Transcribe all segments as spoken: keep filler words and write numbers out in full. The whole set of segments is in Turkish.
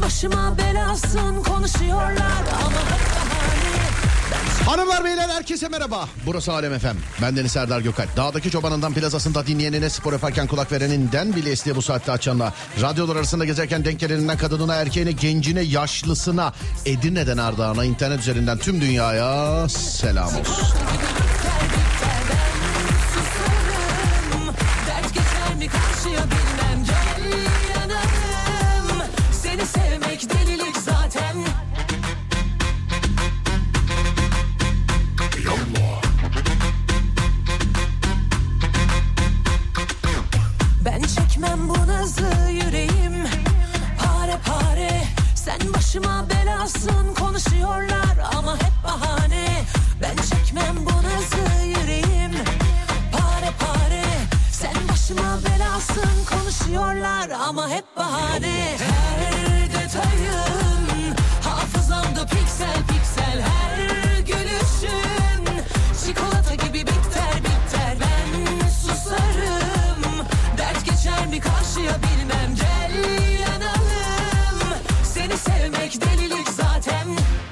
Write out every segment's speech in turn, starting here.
başıma belasın konuşuyorlar ama hep bahane. Hanımlar beyler herkese merhaba. Burası Alem F M. Ben Deniz Serdar Gökalp. Dağdaki çobanından plazasında dinleyenine, spor yaparken kulak vereninden bile isteye bu saatte açanla, radyolar arasında gezerken denk geleninden kadınına, erkeğine, gencine, yaşlısına, Edirne'den Ardahan'a, internet üzerinden tüm dünyaya selam olsun. Başıma belasın konuşuyorlar ama hep bahane. Ben çekmem bu nazı yüreğim pare pare. Sen başıma belasın konuşuyorlar ama hep bahane. Her detayın hafızamda piksel piksel. Her gülüşün çikolata gibi bitter bitter. Ben susarım, dert geçer mi karşıya bilmem. Gel yanalım, seni sevmek delilik zaten.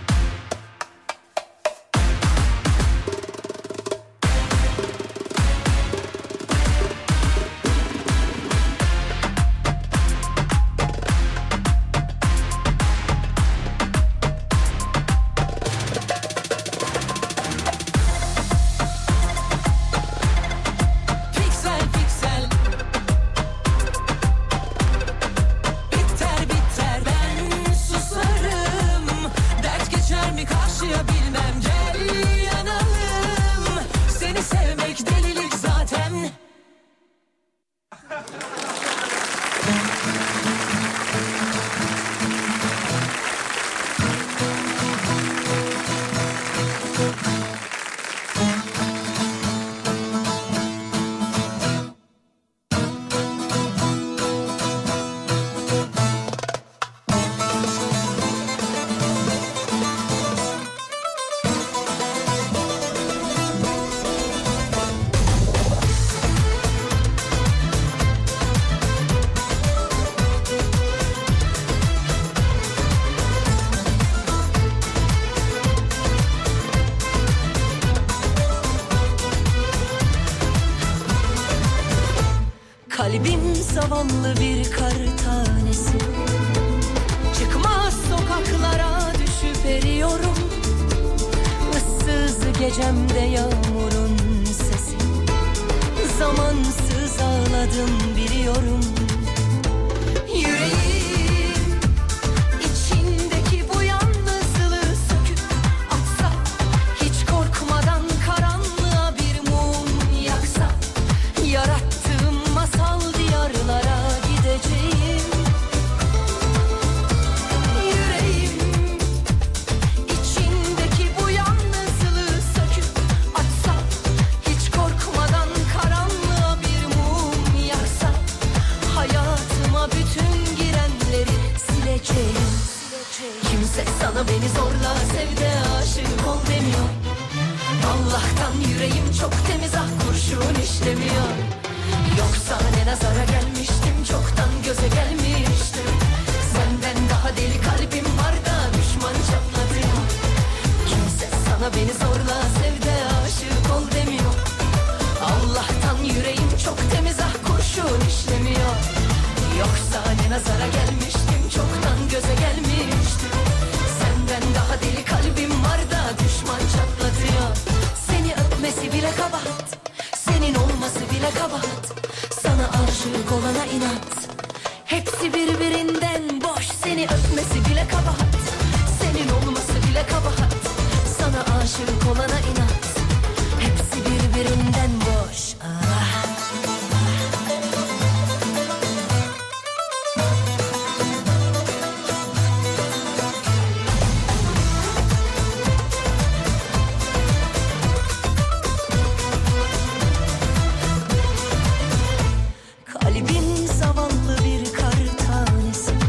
Kalbim zavallı bir kar tanesi, çıkmaz sokaklara düşüp eriyorum. Issız gecemde yağmurun sesi, zamansız ağladım biliyorum. Yüreğim içindeki bu yalnızlığı söküp atsa, hiç korkmadan karanlığa bir mum yaksa, yarattığım masal diyarlara gideceğim. Yüreğim içindeki bu yalnızlığı söküp atsa, hiç korkmadan karanlığa bir mum yaksa, hayatıma bütün girenleri sileceğim. Kimse sana beni zorla sev de aşık ol demiyor. Allah'tan yüreğim çok temiz, ah kurşun işlemiyor. Yoksa ne nazara gelmiştim, çoktan göze gelmiştim. Senden daha deli kalbim var da düşman çatlatıyor. Kimse sana beni zorla sev de aşık ol demiyor. Allah'tan yüreğim çok temiz, ah kurşun işlemiyor. Yoksa ne nazara gelmiştim, çoktan göze gelmiştim. Senden daha deli kalbim var da düşman çatlatıyor. Seni öpmesi bile kabahat, senin olması bile kabahat. Sana aşık olana inat, hepsi birbirinden boş. Seni öpmesi bile kabahat, senin olması bile kabahat. Sana aşık olana inat, hepsi birbirinden boş. Ah. Kalbim zavallı bir kar tanesi,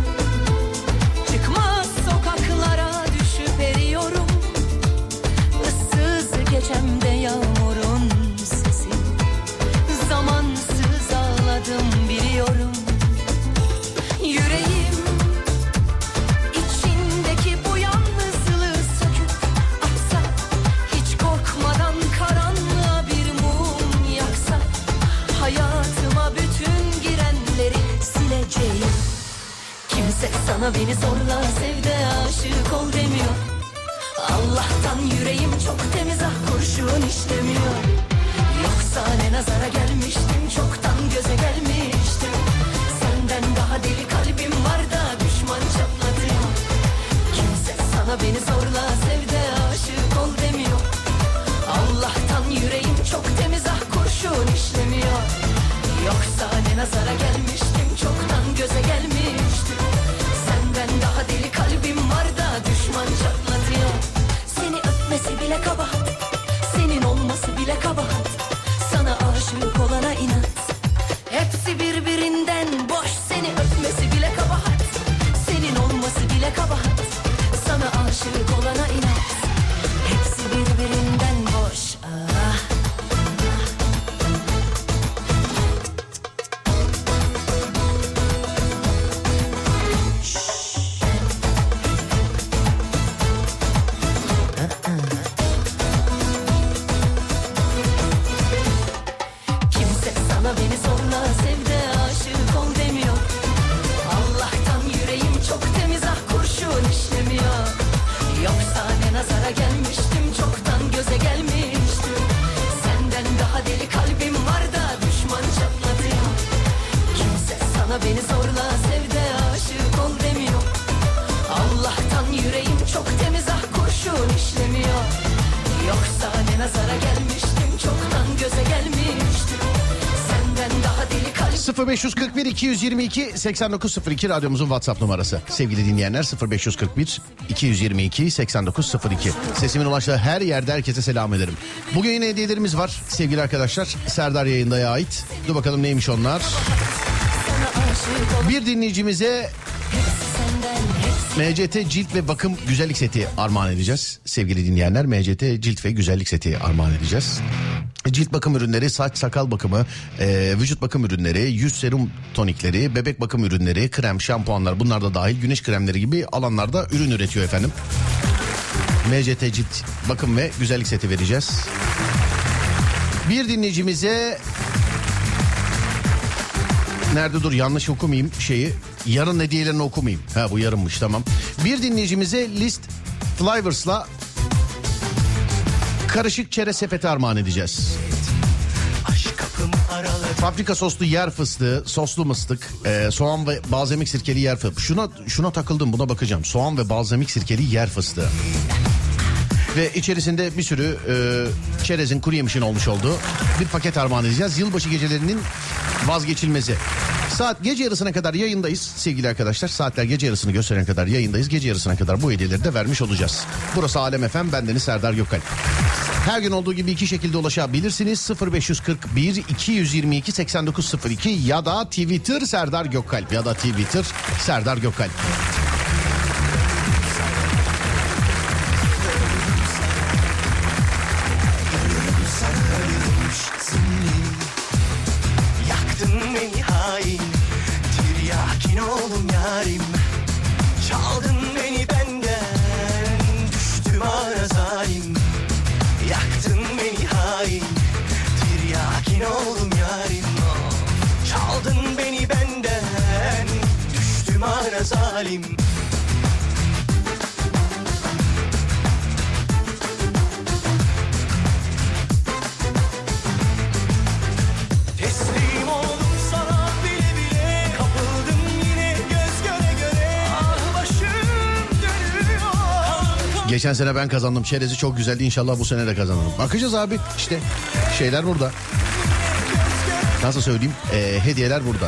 sana beni zorla sev de aşık ol demiyor. Allah'tan yüreğim çok temiz, ah kurşun işlemiyor. Yoksa ne nazara gelmiştim, çoktan göze gelmiştim. Senden daha deli kalbim var da düşman çatlatıyor. Kimse sana beni zorla sev de aşık ol demiyor. Allah'tan yüreğim çok temiz, ah kurşun işlemiyor. Yoksa ne nazara gelmiştim, çoktan göze gelmiştim. Senden daha deli kalbim var da düşman çatlatıyor. Seni öpmesi bile kabahat, senin olması bile kabahat. Sana aşık olana inat, hepsi birbirinden boş. Seni öpmesi bile kabahat, senin olması bile kabahat. Sana aşık olana inat, hepsi birbirinden boş. Ah. Kimse sana beni zorla sev de aşık ol demiyor. Allah'tan yüreğim çok temiz, ah kurşun işlemiyor. Yoksa ne nazara gelmiştim, çoktan göze gelmiştim. Senden daha deli kalbim var da düşman çatlatıyor. Kimse sana beni zorla sev de aşık ol demiyor. Allah'tan yüreğim çok temiz, ah kurşun işlemiyor. Yoksa ne nazara gelmiştim, çoktan göze gelmiştim. Senden daha deli kalbim. sıfır beş kırk bir iki yüz yirmi iki seksen dokuz sıfır iki radyomuzun WhatsApp numarası. Sevgili dinleyenler, sıfır beş kırk bir iki yüz yirmi iki seksen dokuz sıfır iki. Sesimin ulaştığı her yerde herkese selam ederim. Bugün yine hediyelerimiz var sevgili arkadaşlar. Serdar Yayında'ya ait. Dur bakalım neymiş onlar. Bir dinleyicimize M C T cilt ve bakım güzellik seti armağan edeceğiz. Sevgili dinleyenler, M C T cilt ve güzellik seti armağan edeceğiz. Cilt bakım ürünleri, saç sakal bakımı, e, vücut bakım ürünleri, yüz serum tonikleri, bebek bakım ürünleri, krem, şampuanlar, bunlar da dahil, güneş kremleri gibi alanlarda ürün üretiyor efendim. M C T cilt bakım ve güzellik seti vereceğiz. Bir dinleyicimize... Nerede dur, yanlış okumayayım şeyi. Yarın hediyelerini okumayayım. Ha, bu yarınmış, tamam. Bir dinleyicimize List Flivers'la karışık çerez sepeti armağan edeceğiz. Paprika soslu yer fıstığı, soslu mıstık, e, soğan ve balzamik sirkeli yer fıstığı. Şuna, şuna takıldım, buna bakacağım. Soğan ve balzamik sirkeli yer fıstığı. Ve içerisinde bir sürü e, çerezin, kuru yemişin olmuş olduğu bir paket armağan edeceğiz. Yılbaşı gecelerinin vazgeçilmezi. Saat gece yarısına kadar yayındayız sevgili arkadaşlar. Saatler gece yarısını gösteren kadar yayındayız. Gece yarısına kadar bu hediyeleri de vermiş olacağız. Burası Alem F M, bendeniz Serdar Gökalp. Her gün olduğu gibi iki şekilde ulaşabilirsiniz. sıfır beş kırk bir iki yüz yirmi iki seksen dokuz sıfır iki ya da Twitter Serdar Gökalp ya da Twitter Serdar Gökalp. Zalim. Teslim oldum sana bile bile, kapıldım yine göz göre göre. Ah başım dönüyor. Geçen sene ben kazandım, çerezi çok güzeldi, inşallah bu sene de kazanırım. Bakacağız abi, işte şeyler burada. Nasıl söyleyeyim, ee, hediyeler burada.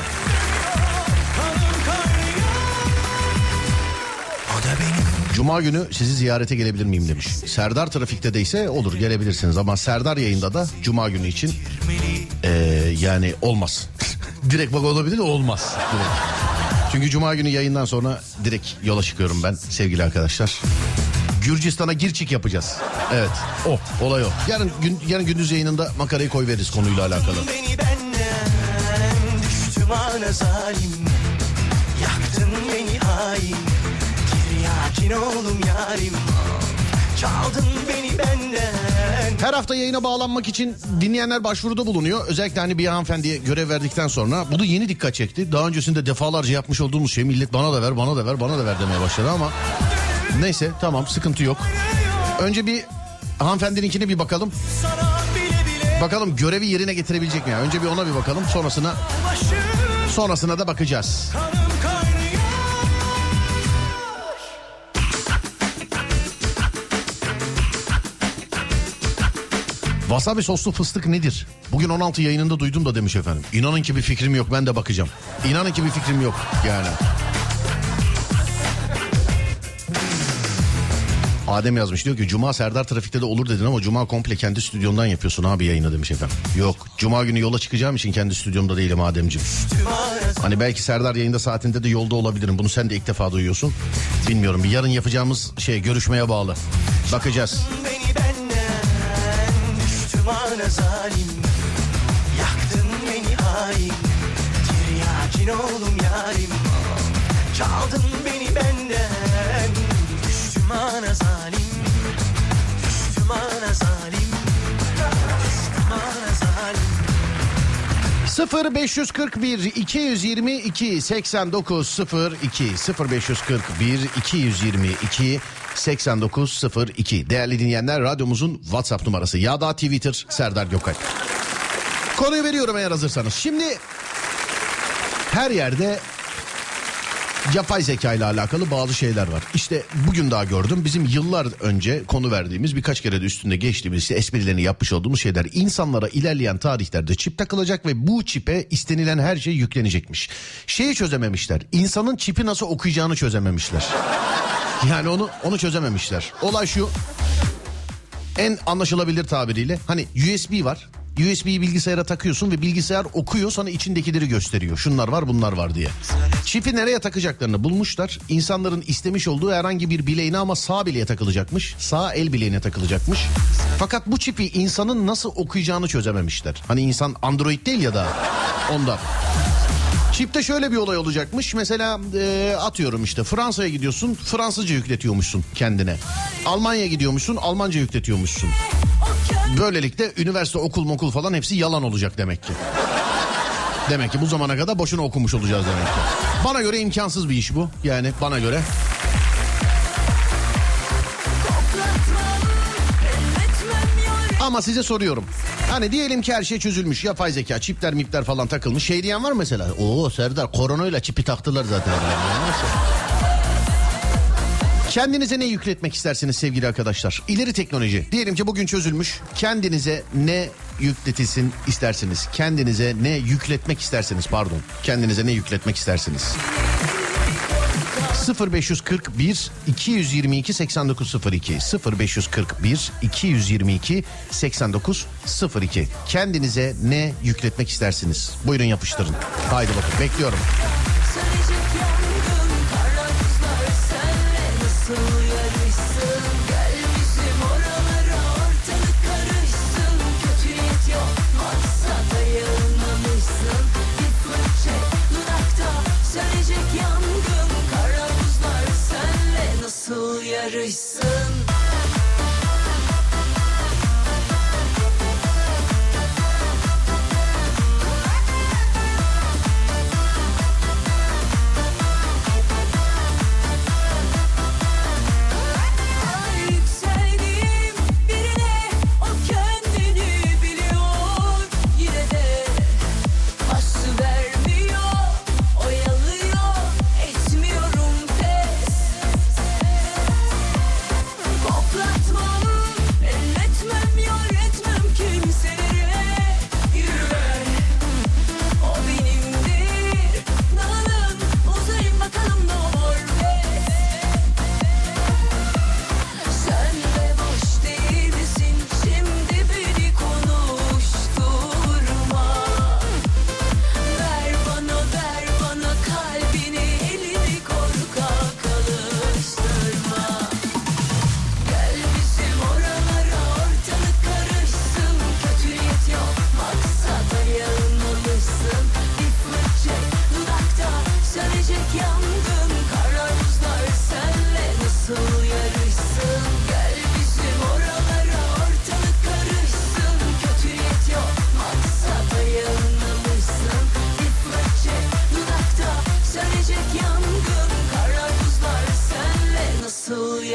Cuma günü sizi ziyarete gelebilir miyim demiş. Serdar trafikte değilse olur, gelebilirsiniz ama Serdar Yayında da Cuma günü için ee, yani olmaz. Direkt bak olabilir de olmaz. Direkt. Çünkü Cuma günü yayından sonra direkt yola çıkıyorum ben sevgili arkadaşlar. Gürcistan'a girçik yapacağız. Evet, o olay o. Yarın, gün, yarın gündüz yayınında makarayı koyveririz konuyla alakalı. Beni benden düştüm ana zalim. Yaktın beni hain. Tiryakin oğlum yarim. Çaldın beni benden. Her hafta yayına bağlanmak için dinleyenler başvuruda bulunuyor. Özellikle hani bir hanımefendiye görev verdikten sonra. Bu da yeni dikkat çekti. Daha öncesinde defalarca yapmış olduğumuz şey, millet bana da ver, bana da ver, bana da ver demeye başladı ama neyse, tamam, sıkıntı yok. Önce bir hanımefendininkine bir bakalım. Bakalım görevi yerine getirebilecek mi? Yani önce bir ona bir bakalım. Sonrasına sonrasına da bakacağız. Wasabi soslu fıstık nedir? Bugün on altı yayınında duydum da demiş efendim. İnanın ki bir fikrim yok, ben de bakacağım. İnanın ki bir fikrim yok yani. Adem yazmış, diyor ki Cuma Serdar trafikte de olur dedin ama Cuma komple kendi stüdyondan yapıyorsun abi yayını demiş efendim. Yok, Cuma günü yola çıkacağım için kendi stüdyomda değilim Ademciğim. Hani belki Serdar yayında saatinde de yolda olabilirim, bunu sen de ilk defa duyuyorsun. Bilmiyorum, bir yarın yapacağımız şey görüşmeye bağlı. Bakacağız. Beni benden düştüm ana zalim, yaktın beni hain, tiryakin oğlum yarim, çaldın beni benden. Düştüm ana zalim, düştüm ana zalim, düştüm ana zalim. sıfır beş kırk bir iki yüz yirmi iki seksen dokuz sıfır iki sıfır beş kırk bir iki yüz yirmi iki seksen dokuz sıfır iki. Değerli dinleyenler, radyomuzun WhatsApp numarası ya da Twitter Serdar Gökalp. Konuyu veriyorum eğer hazırsanız. Şimdi her yerde yapay zeka ile alakalı bazı şeyler var. İşte bugün daha gördüm. Bizim yıllar önce konu verdiğimiz, birkaç kere de üstünde geçtiğimiz, işte esprilerini yapmış olduğumuz şeyler. İnsanlara ilerleyen tarihlerde çip takılacak ve bu çipe istenilen her şey yüklenecekmiş. Şeyi çözememişler. İnsanın çipi nasıl okuyacağını çözememişler. Yani onu onu çözememişler. Olay şu. En anlaşılabilir tabiriyle, hani U S B var. U S B'yi bilgisayara takıyorsun ve bilgisayar okuyor, sana içindekileri gösteriyor. Şunlar var, bunlar var diye. Çipi nereye takacaklarını bulmuşlar. İnsanların istemiş olduğu herhangi bir bileğine, ama sağ bileğe takılacakmış. Sağ el bileğine takılacakmış. Fakat bu çipi insanın nasıl okuyacağını çözememişler. Hani insan Android değil ya da ondan. Çipte şöyle bir olay olacakmış. Mesela e, atıyorum işte Fransa'ya gidiyorsun, Fransızca yükletiyormuşsun kendine. Almanya'ya gidiyormuşsun, Almanca yükletiyormuşsun. Böylelikle üniversite, okul mokul falan hepsi yalan olacak demek ki. Demek ki bu zamana kadar boşuna okumuş olacağız demek ki. Bana göre imkansız bir iş bu. Yani bana göre. Ama size soruyorum. Hani diyelim ki her şey çözülmüş. Yapay zeka, çipler mipler falan takılmış. Şey diyen var mı mesela? Oo Serdar, koronayla çipi taktılar zaten. Kendinize ne yükletmek istersiniz sevgili arkadaşlar? İleri teknoloji. Diyelim ki bugün çözülmüş. Kendinize ne yükletilsin istersiniz? Kendinize ne yükletmek istersiniz? Pardon. Kendinize ne yükletmek istersiniz? sıfır beş kırk bir iki yüz yirmi iki seksen dokuz sıfır iki sıfır beş kırk bir iki yüz yirmi iki seksen dokuz sıfır iki. Kendinize ne yükletmek istersiniz? Buyurun yapıştırın. Haydi bakın, bekliyorum. Yarışsın.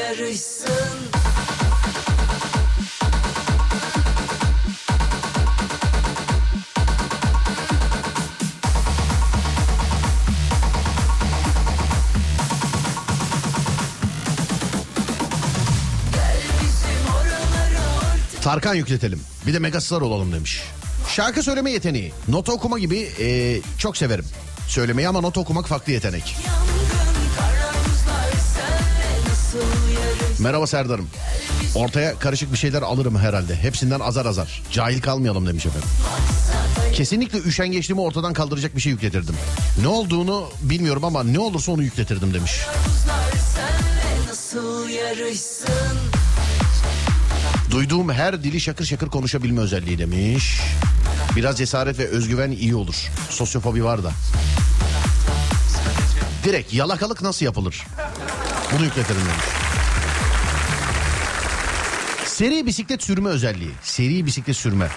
yarışsın. Tarkan yükletelim. Bir de megastar olalım demiş. Şarkı söyleme yeteneği. Nota okuma gibi e, çok severim söylemeyi ama nota okumak farklı yetenek. Merhaba Serdar'ım. Ortaya karışık bir şeyler alırım herhalde. Hepsinden azar azar. Cahil kalmayalım demiş efendim. Kesinlikle üşengeçliğimi ortadan kaldıracak bir şey yükletirdim. Ne olduğunu bilmiyorum ama ne olursa onu yükletirdim demiş. Duyduğum her dili şakır şakır konuşabilme özelliği demiş. Biraz cesaret ve özgüven iyi olur. Sosyofobi var da. Direkt yalakalık nasıl yapılır? Bunu yükletirim demiş. Seri bisiklet sürme özelliği. Seri bisiklet sürme.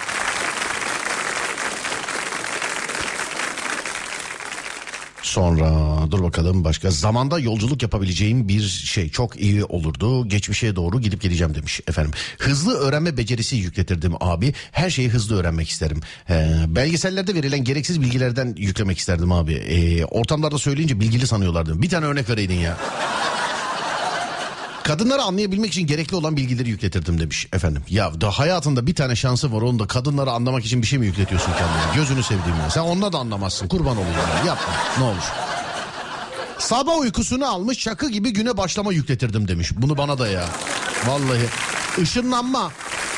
Sonra dur bakalım başka. Zamanda yolculuk yapabileceğim bir şey çok iyi olurdu. Geçmişe doğru gidip geleceğim demiş efendim. Hızlı öğrenme becerisi yükletirdim abi. Her şeyi hızlı öğrenmek isterim. Ee, belgesellerde verilen gereksiz bilgilerden yüklemek isterdim abi. Ee, ortamlarda söyleyince bilgili sanıyorlardı. Bir tane örnek vereydin ya. Kadınları anlayabilmek için gerekli olan bilgileri yükletirdim demiş efendim. Ya da hayatında bir tane şansı var, onu da kadınları anlamak için bir şey mi yükletiyorsun kendine? Gözünü sevdiğim ya. Sen onunla da anlamazsın, kurban olayım. Yani. Yapma ne olur. Sabah uykusunu almış şakı gibi güne başlama yükletirdim demiş. Bunu bana da ya. Vallahi. Işınlanma.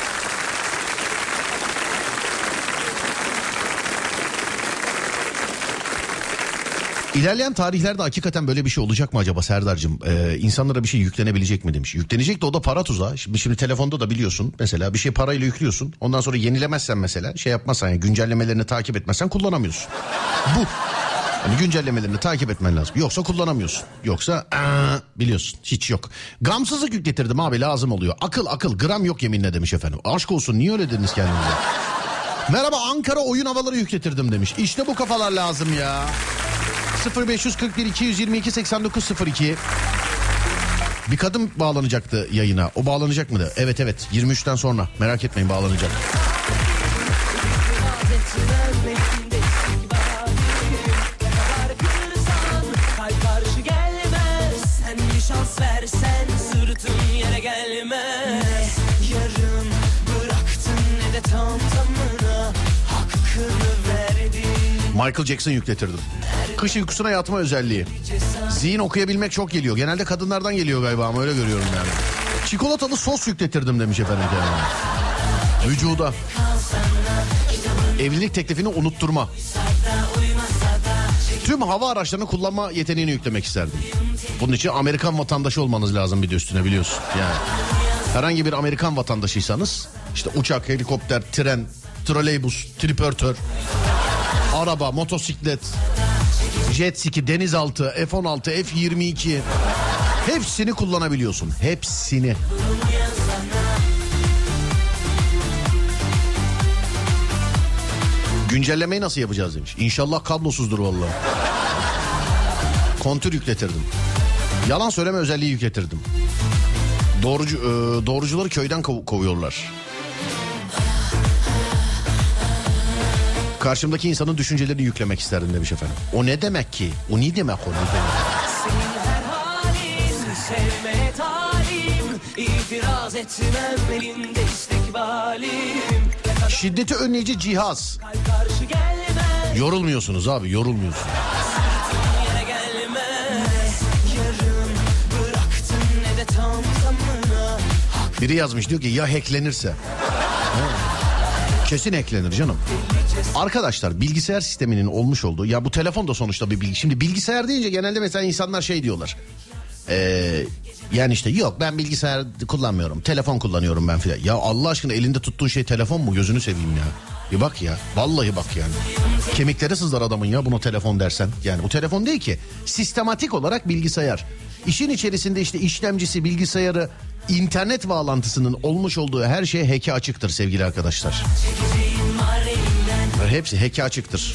İlerleyen tarihlerde hakikaten böyle bir şey olacak mı acaba Serdar'cığım? Ee, insanlara bir şey yüklenebilecek mi demiş. Yüklenecek de o da para tuzağı. Şimdi, şimdi telefonda da biliyorsun mesela bir şey parayla yüklüyorsun. Ondan sonra yenilemezsen mesela şey yapmazsan yani güncellemelerini takip etmezsen kullanamıyorsun. Bu. Yani güncellemelerini takip etmen lazım. Yoksa kullanamıyorsun. Yoksa aa, biliyorsun hiç yok. Gamsızlık yükletirdim abi lazım oluyor. Akıl akıl gram yok yeminle demiş efendim. Aşk olsun niye öyle dediniz kendinize? Merhaba Ankara oyun havaları yükletirdim demiş. İşte bu kafalar lazım ya. sıfır beş kırk bir iki yüz yirmi iki seksen dokuz sıfır iki. Bir kadın bağlanacaktı yayına. O bağlanacak mıydı? Evet evet yirmi üçten sonra. Merak etmeyin bağlanacak. Michael Jackson yükletirdim. Kış uykusuna yatma özelliği. Zihin okuyabilmek çok geliyor. Genelde kadınlardan geliyor galiba ama öyle görüyorum yani. Çikolatalı sos yükletirdim demiş efendim. Yani. Vücuda. Evlilik teklifini unutturma. Tüm hava araçlarını kullanma yeteneğini yüklemek isterdim. Bunun için Amerikan vatandaşı olmanız lazım bir de üstüne biliyorsun. Yani herhangi bir Amerikan vatandaşıysanız işte uçak, helikopter, tren, troleybus, tripörtör, araba, motosiklet, jet ski, denizaltı, F on altı, F yirmi iki hepsini kullanabiliyorsun. Hepsini. Güncellemeyi nasıl yapacağız demiş. İnşallah kablosuzdur vallahi. Kontür yükletirdim. Yalan söyleme özelliği yükletirdim. Doğrucu, e, doğrucuları köyden kov- kovuyorlar. Karşımdaki insanın düşüncelerini yüklemek isterdim demiş efendim. O ne demek ki? O ne demek o ne demek? Sevmeye talim, itiraz etmem elinde istikbalim. Şiddeti önleyici cihaz. Yorulmuyorsunuz abi, yorulmuyorsunuz. Biri yazmış diyor ki ya hacklenirse. Kesin hacklenir canım. Arkadaşlar bilgisayar sisteminin olmuş olduğu ya bu telefon da sonuçta bir bilgi. Şimdi bilgisayar deyince genelde mesela insanlar şey diyorlar. Ee, yani işte yok ben bilgisayar kullanmıyorum. Telefon kullanıyorum ben filan. Ya Allah aşkına elinde tuttuğun şey telefon mu? Gözünü seveyim ya. Bir bak ya. Vallahi bak yani. Kemikleri sızlar adamın ya buna telefon dersen. Yani bu telefon değil ki. Sistematik olarak bilgisayar. İşin içerisinde işte işlemcisi, bilgisayarı, internet bağlantısının olmuş olduğu her şey hack'e açıktır sevgili arkadaşlar. Hepsi hack'e açıktır.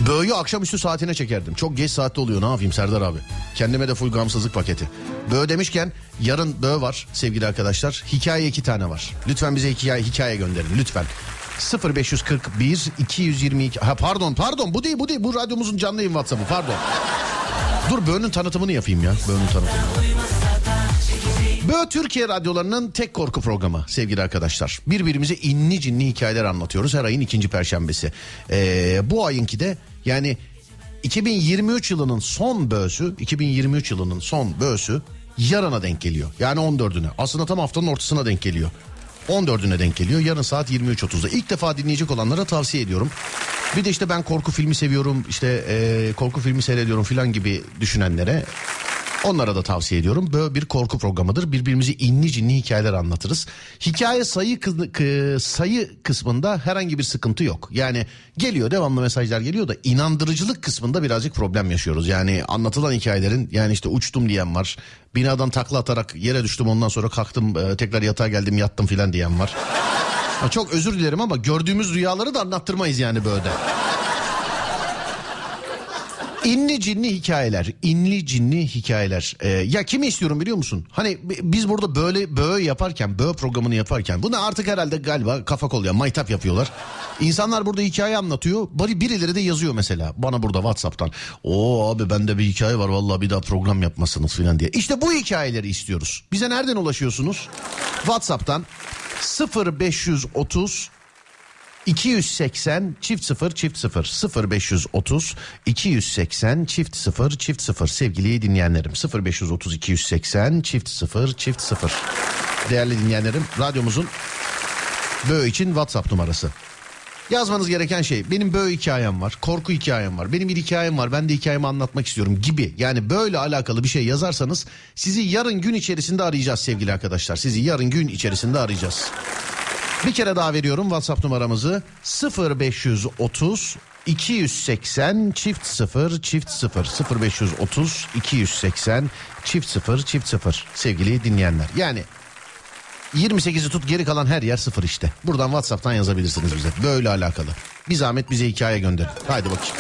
Böğü akşamüstü saatine çekerdim. Çok geç saatte oluyor, ne yapayım Serdar abi. Kendime de full gamsızlık paketi. Böğü demişken yarın böğü var sevgili arkadaşlar. Hikaye iki tane var. Lütfen bize hikaye, hikaye gönderin lütfen. sıfır beş kırk bir iki yüz yirmi iki ha pardon pardon bu değil bu değil bu radyomuzun canlı yayın WhatsApp'ı pardon. Dur Böğü'nün tanıtımını yapayım ya. Böğü'nün tanıtımını. Böğü Türkiye radyolarının tek korku programı sevgili arkadaşlar. Birbirimize inli cinli hikayeler anlatıyoruz her ayın ikinci perşembesi. Ee, bu ayınki de yani iki bin yirmi üç yılının son böğüsü, iki bin yirmi üç yılının son böğüsü yarına denk geliyor. Yani on dördüne. Aslında tam haftanın ortasına denk geliyor. on dördüne denk geliyor. Yarın saat yirmi üç otuzda. İlk defa dinleyecek olanlara tavsiye ediyorum. Bir de işte ben korku filmi seviyorum, işte e, korku filmi seyrediyorum filan gibi düşünenlere, onlara da tavsiye ediyorum. Böyle bir korku programıdır. Birbirimize inli cinli hikayeler anlatırız. Hikaye sayı kı, sayı kısmında herhangi bir sıkıntı yok. Yani geliyor, devamlı mesajlar geliyor da inandırıcılık kısmında birazcık problem yaşıyoruz. Yani anlatılan hikayelerin, yani işte uçtum diyen var. Binadan takla atarak yere düştüm, ondan sonra kalktım, e, tekrar yatağa geldim, yattım filan diyen var. Ha, çok özür dilerim ama gördüğümüz rüyaları da anlattırmayız yani böyle. İnli cinli hikayeler, inli cinli hikayeler. Ee, ya kimi istiyorum biliyor musun? Hani biz burada böyle böyle yaparken, böyle programını yaparken, bunu artık herhalde galiba kafa kol ya, maytap yapıyorlar. İnsanlar burada hikaye anlatıyor. Bari birileri de yazıyor mesela bana burada WhatsApp'tan. Oo abi bende bir hikaye var, vallahi bir daha program yapmasınız falan diye. İşte bu hikayeleri istiyoruz. Bize nereden ulaşıyorsunuz? WhatsApp'tan sıfır beş otuz iki yüz seksen çift sıfır çift sıfır sıfır beş otuz iki yüz seksen çift sıfır çift sıfır sevgili dinleyenlerim, sıfır beş otuz iki yüz seksen çift sıfır çift sıfır. Değerli dinleyenlerim, radyomuzun Böğü için WhatsApp numarası. Yazmanız gereken şey, benim böyle hikayem var, korku hikayem var, benim bir hikayem var, ben de hikayemi anlatmak istiyorum gibi. Yani böyle alakalı bir şey yazarsanız sizi yarın gün içerisinde arayacağız sevgili arkadaşlar. Sizi yarın gün içerisinde arayacağız. Bir kere daha veriyorum WhatsApp numaramızı, sıfır beş otuz iki yüz seksen çift sıfır çift sıfır sıfır beş otuz iki yüz seksen çift sıfır çift sıfır sevgili dinleyenler. Yani yirmi sekizi tut, geri kalan her yer sıfır işte. Buradan WhatsApp'tan yazabilirsiniz bize. Böyle alakalı. Bir zahmet bize hikaye gönderin. Haydi bakayım.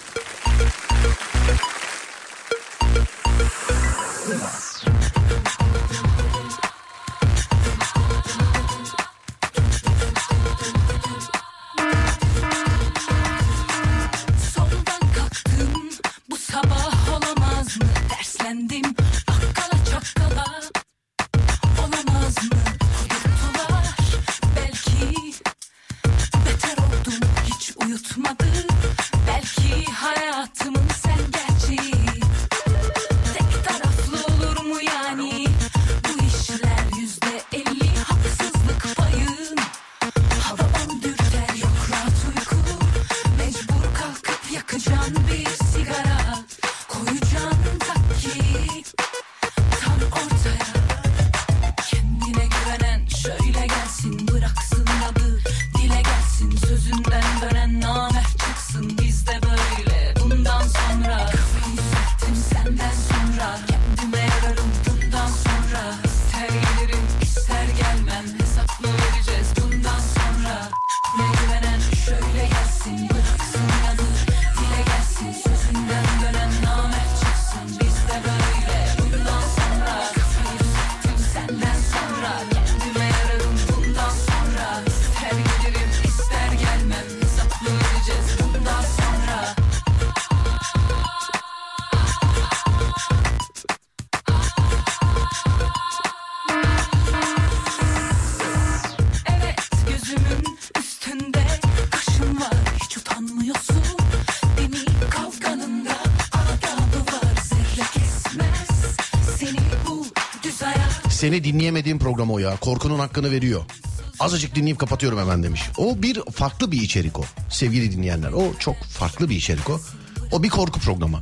Seni dinleyemediğim program o ya. Korkunun hakkını veriyor. Azıcık dinleyip kapatıyorum hemen demiş. O bir farklı bir içerik o. Sevgili dinleyenler, o çok farklı bir içerik o. O bir korku programı.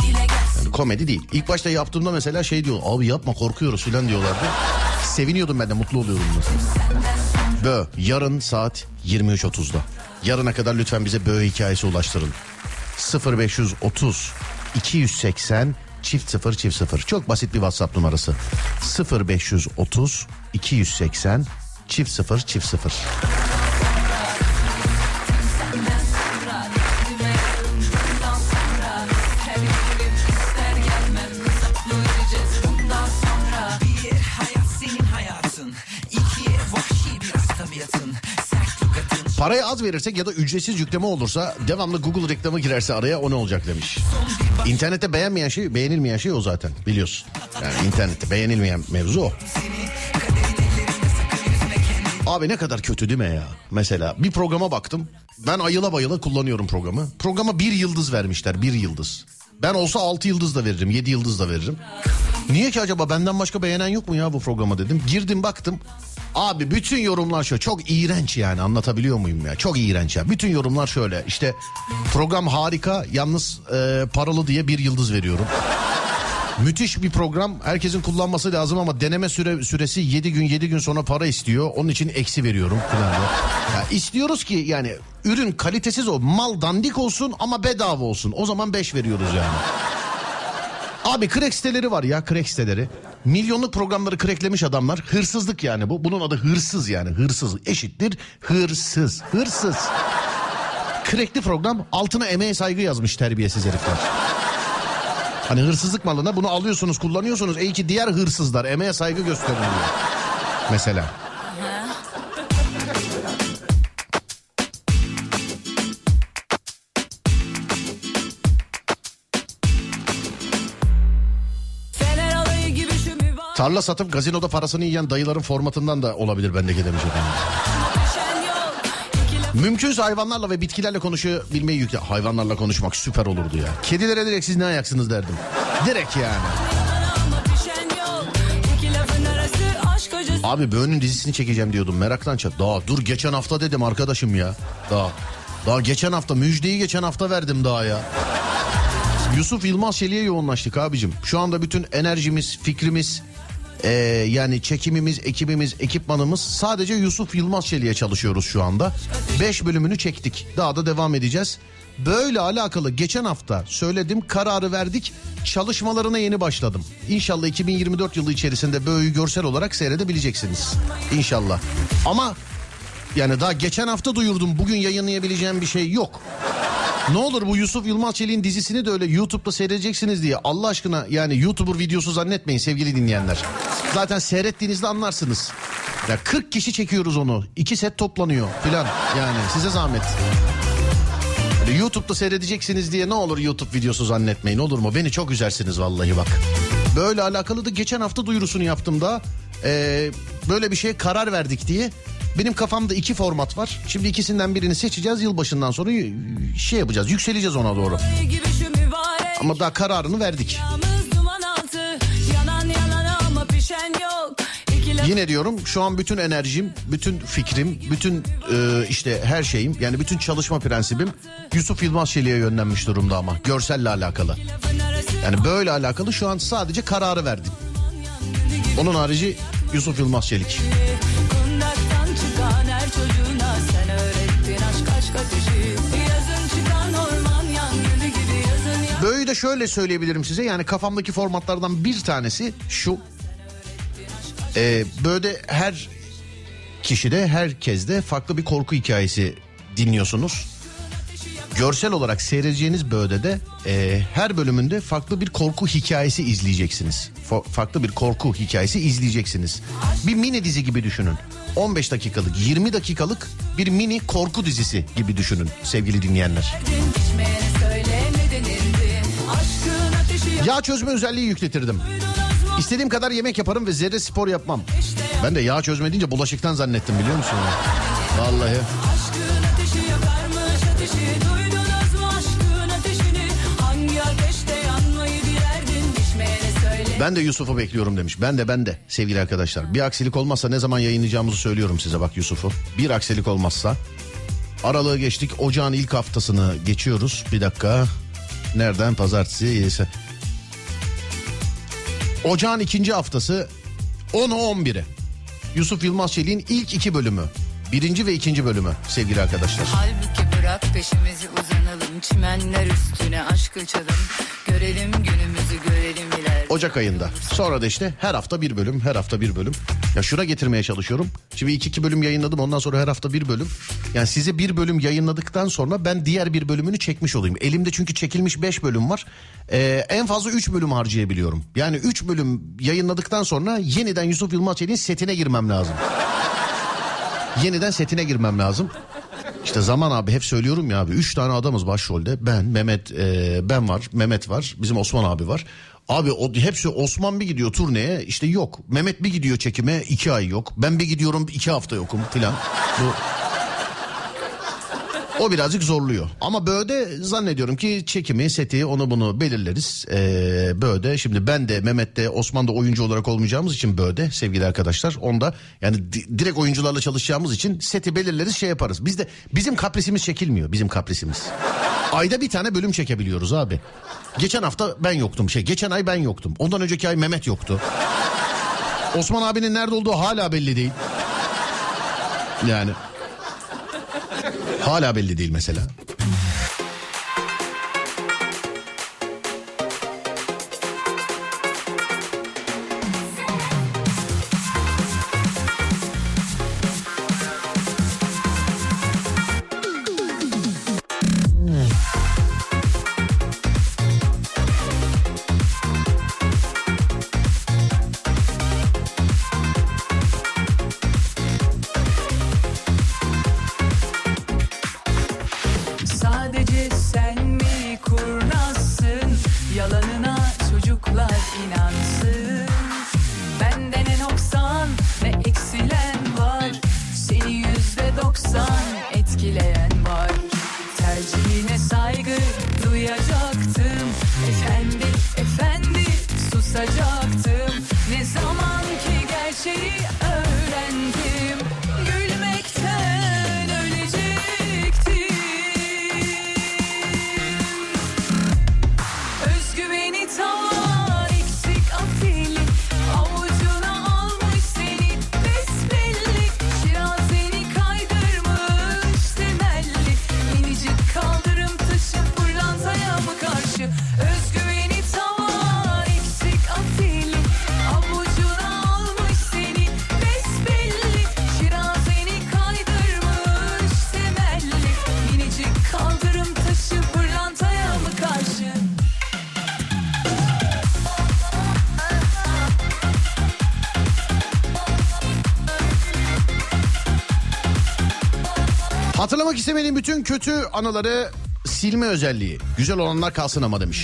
Yani komedi değil. İlk başta yaptığımda mesela şey diyor. Abi yapma, korkuyoruz falan diyorlardı. Seviniyordum ben de, mutlu oluyordum mesela. Bö, yarın saat yirmi üç otuzda. Yarına kadar lütfen bize Bö hikayesi ulaştırın. sıfır beş otuz iki yüz seksen çift sıfır çift sıfır. Çok basit bir WhatsApp numarası. sıfır beş otuz iki yüz seksen çift sıfır çift sıfır. Parayı az verirsek ya da ücretsiz yükleme olursa, devamlı Google reklamı girerse araya, o ne olacak demiş. İnternette beğenmeyen şey, beğenilmeyen şey o zaten, biliyorsun. Yani internette beğenilmeyen mevzu o. Abi ne kadar kötü değil mi ya? Mesela bir programa baktım. Ben ayıla bayıla kullanıyorum programı. Programa bir yıldız vermişler, bir yıldız. Ben olsa altı yıldız da veririm, yedi yıldız da veririm. Niye ki acaba, benden başka beğenen yok mu ya bu programa dedim. Girdim baktım. Abi bütün yorumlar şöyle, çok iğrenç yani, anlatabiliyor muyum ya? Çok iğrenç ya. Bütün yorumlar şöyle işte, program harika yalnız e, paralı diye bir yıldız veriyorum. Müthiş bir program, herkesin kullanması lazım ama deneme süre, süresi yedi gün, yedi gün sonra para istiyor. Onun için eksi veriyorum falan. Ya istiyoruz ki yani ürün kalitesiz o, mal dandik olsun ama bedava olsun. O zaman beş veriyoruz yani. Abi crack siteleri var ya, crack siteleri. Milyonluk programları cracklemiş adamlar. Hırsızlık yani bu. Bunun adı hırsız yani. Hırsız eşittir hırsız. Hırsız. Crackli program, altına emeğe saygı yazmış terbiyesiz herifler. Hani hırsızlık malına bunu alıyorsunuz, kullanıyorsunuz. Ey ki diğer hırsızlar emeğe saygı gösterin diyor. Mesela. Tarla satıp gazinoda parasını yiyen dayıların formatından da olabilir bendeki demiş efendim. Mümkünse hayvanlarla ve bitkilerle konuşabilmeyi yükle. Hayvanlarla konuşmak süper olurdu ya. Kedilere direkt siz ne ayaksınız derdim. Direkt yani. Abi Böğün'ün dizisini çekeceğim diyordum, meraktan çat. Daha dur, geçen hafta dedim arkadaşım ya. Daha daha geçen hafta müjdeyi geçen hafta verdim daha ya. Yusuf Yılmaz Çelik'e yoğunlaştık abicim. Şu anda bütün enerjimiz, fikrimiz, ee, yani çekimimiz, ekibimiz, ekipmanımız sadece Yusuf Yılmaz Çelik'e çalışıyoruz şu anda. Beş bölümünü çektik. Daha da devam edeceğiz. Böyle alakalı geçen hafta söyledim, kararı verdik. Çalışmalarına yeni başladım. İnşallah iki bin yirmi dört yılı içerisinde Böğü'yü görsel olarak seyredebileceksiniz. İnşallah. Ama yani daha geçen hafta duyurdum, bugün yayınlayabileceğim bir şey yok. Ne olur bu Yusuf Yılmaz Çelik'in dizisini de öyle YouTube'da seyredeceksiniz diye Allah aşkına yani YouTuber videosu zannetmeyin sevgili dinleyenler. Zaten seyrettiğinizde anlarsınız. Ya kırk kişi çekiyoruz onu. iki set toplanıyor filan. Yani size zahmet. Yani YouTube'da seyredeceksiniz diye ne olur YouTube videosu zannetmeyin, olur mu? Beni çok üzersiniz vallahi bak. Böyle alakalı da geçen hafta duyurusunu yaptım da ee, böyle bir şeye karar verdik diye. Benim kafamda iki format var. Şimdi ikisinden birini seçeceğiz. Yılbaşından sonra şey yapacağız. Yükseleceğiz ona doğru. Ama daha kararını verdik. Yine diyorum, şu an bütün enerjim, bütün fikrim, bütün e, işte her şeyim, yani bütün çalışma prensibim Yusuf Yılmaz Çelik'e yönlenmiş durumda ama görselle alakalı. Yani böyle alakalı şu an sadece kararı verdim. Onun harici Yusuf Yılmaz Çelik. Her çocuğuna sen öğrettin aşk aşk ateşi. Yazın çıkan orman yangını gibi yazın ya. Böyle de şöyle söyleyebilirim size, yani kafamdaki formatlardan bir tanesi şu. Ee, böyle her kişide, herkeste farklı bir korku hikayesi dinliyorsunuz. Görsel olarak seyredeceğiniz bölümde de e, her bölümünde farklı bir korku hikayesi izleyeceksiniz. F- farklı bir korku hikayesi izleyeceksiniz. Bir mini dizi gibi düşünün. on beş dakikalık, yirmi dakikalık bir mini korku dizisi gibi düşünün sevgili dinleyenler. Yağ çözme özelliği yükletirdim. İstediğim kadar yemek yaparım ve zerre spor yapmam. Ben de yağ çözme deyince bulaşıktan zannettim, biliyor musun? Vallahi. Ben de Yusuf'u bekliyorum demiş. Ben de ben de sevgili arkadaşlar. Bir aksilik olmazsa ne zaman yayınlayacağımızı söylüyorum size bak Yusuf'u. Bir aksilik olmazsa. Aralığı geçtik. Ocağın ilk haftasını geçiyoruz. Bir dakika. Nereden? Pazartesi. Yese. Ocağın ikinci haftası onu on biri. Yusuf Yılmaz Çelik'in ilk iki bölümü. Birinci ve ikinci bölümü sevgili arkadaşlar. Halbuki bırak peşimizi uzanalım. Çimenler üstüne aşk açalım. Görelim günümüzü, görelim ileride. Ocak ayında. Sonra da işte her hafta bir bölüm, her hafta bir bölüm. Ya şuna getirmeye çalışıyorum. Şimdi iki iki bölüm yayınladım, ondan sonra her hafta bir bölüm. Yani size bir bölüm yayınladıktan sonra ben diğer bir bölümünü çekmiş olayım. Elimde çünkü çekilmiş beş bölüm var. Ee, en fazla üç bölüm harcayabiliyorum. Yani üç bölüm yayınladıktan sonra yeniden Yusuf Yılmaz Çelik'in setine girmem lazım. Yeniden setine girmem lazım. İşte zaman abi, hep söylüyorum ya abi, üç tane adamız başrolde. Ben, Mehmet, e, ben var, Mehmet var, bizim Osman abi var. Abi o, hepsi, Osman bir gidiyor turneye, işte yok. Mehmet bir gidiyor çekime, iki ay yok. Ben bir gidiyorum, iki hafta yokum filan. Bu... O birazcık zorluyor. Ama böyle zannediyorum ki çekimi, seti, onu bunu belirleriz. Ee, böyle şimdi ben de, Mehmet de, Osman da oyuncu olarak olmayacağımız için böyle sevgili arkadaşlar. Onda yani di- direkt oyuncularla çalışacağımız için seti belirleriz, şey yaparız. Biz de, bizim kaprisimiz çekilmiyor, bizim kaprisimiz. Ayda bir tane bölüm çekebiliyoruz abi. Geçen hafta ben yoktum, şey geçen ay ben yoktum. Ondan önceki ay Mehmet yoktu. Osman abinin nerede olduğu hala belli değil. Yani hala belli değil mesela. Sadece sen mi kurnazsın? Yalanına çocuklar inansın. Bende ne noksan ne eksilen var. Seni yüzde doksan etkileyen var. Tercihine saygı duyacaktım. Efendi efendi susacaktım. Ne zaman ki gerçeği öğrendim, gülmekten ölecektim. Özgüveni tavan eksik afili, avucuna almış seni besbelli. Şirazeni kaydırmış temelli, minicik kaldırım taşı pırlantaya mı karşı? Özgüveni tavan eksik afili, avucuna almış seni besbelli. Şirazeni kaydırmış temelli, minicik kaldırım taşı pırlantaya mı karşı? Hatırlamak istemediğim bütün kötü anıları silme özelliği. Güzel olanlar kalsın ama demiş.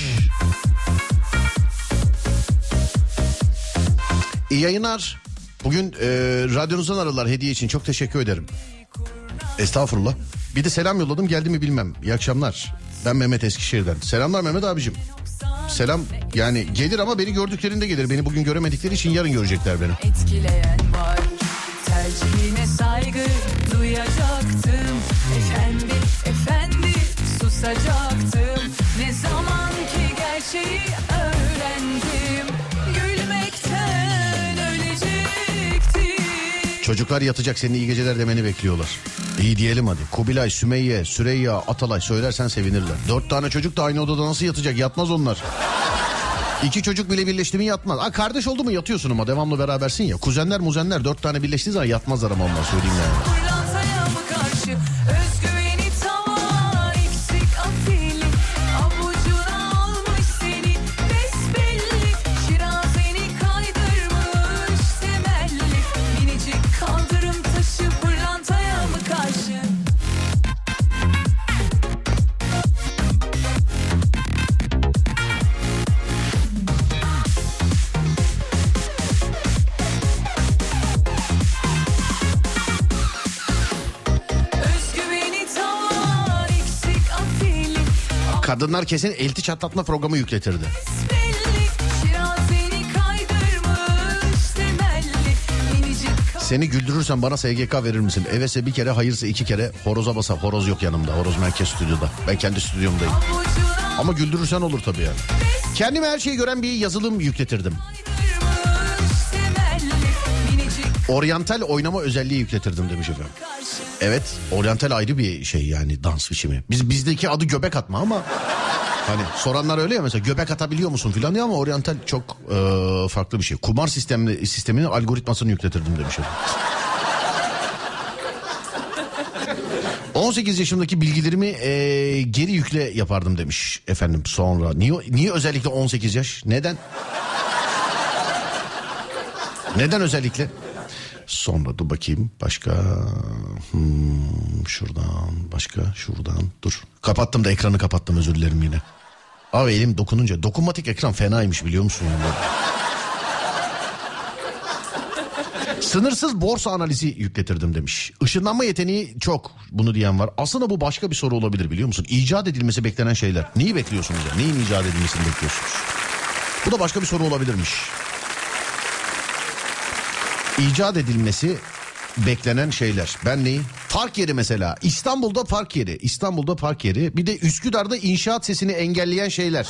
İyi yayınlar. Bugün e, radyonuzdan aradılar hediye için. Çok teşekkür ederim. Estağfurullah. Bir de selam yolladım, geldi mi bilmem. İyi akşamlar. Ben Mehmet Eskişehir'den. Selamlar Mehmet abicim. Selam, yani gelir ama beni gördüklerinde gelir. Beni bugün göremedikleri için yarın görecekler beni. Etkileyen var. Tercihine saygı duyacaktım. Efendi efendi susacaktım. Ne zaman ki gerçeği öğrendim, gülmekten ölecektim. Çocuklar yatacak, senin iyi geceler demeni bekliyorlar. İyi diyelim hadi. Kubilay, Sümeyye, Süreyya, Atalay söylersen sevinirler. Dört tane çocuk da aynı odada nasıl yatacak? Yatmaz onlar. İki çocuk bile birleşti mi yatmaz. Ha, kardeş oldu mu yatıyorsun ama devamlı berabersin ya. Kuzenler muzenler dört tane birleştiği zaman yatmazlar ama onlar, söyleyeyim yani. Pırlantaya mı karşı? Özgüveni tavan eksik afili, avucuna almış seni besbelli. Şirazeni kaydırmış temelli, minicik kaldırım taşı pırlantaya mı karşı? Özgüveni tavan eksik afili, Kadınlar kesin elti çatlatma programı yükletirdi. besbelli. Şirazeni kaydırmış temelli, minicik Seni güldürürsen bana S G K verir misin? Evese bir kere, hayırsa iki kere. Horoza basa. Horoz yok yanımda. Horoz merkez stüdyoda. Ben kendi stüdyomdayım. avucuna Ama güldürürsen olur tabii yani. Kendime her şeyi gören bir yazılım yükletirdim. kaydırmış temelli, minicik Oryantal oynama özelliği yükletirdim demiş efendim. karşı. Evet, oryantal ayrı bir şey yani, dans biçimi. Biz bizdeki adı göbek atma ama hani soranlar öyle ya, mesela göbek atabiliyor musun filan diyor ama oryantal çok e, farklı bir şey. Kumar sistemli sisteminin algoritmasını yükletirdim demiş efendim. on sekiz yaşımdaki bilgilerimi e, geri yükle yapardım demiş efendim sonra. Niye niye özellikle on sekiz yaş? Neden? Neden özellikle? Sonra dur bakayım başka. Hmm, şuradan başka şuradan dur. Kapattım da ekranı kapattım, özür dilerim yine. Abi elim dokununca, dokunmatik ekran fenaymış biliyor musun? Yani? Sınırsız borsa analizi yükletirdim demiş. Işınlanma yeteneği çok, bunu diyen var. Aslında bu başka bir soru olabilir biliyor musun? İcat edilmesi beklenen şeyler. Neyi bekliyorsunuz ya? Neyin icat edilmesini bekliyorsunuz? Bu da başka bir soru olabilirmiş. İcat edilmesi beklenen şeyler. Ben neyi? Park yeri mesela. İstanbul'da park yeri. İstanbul'da park yeri. Bir de Üsküdar'da inşaat sesini engelleyen şeyler.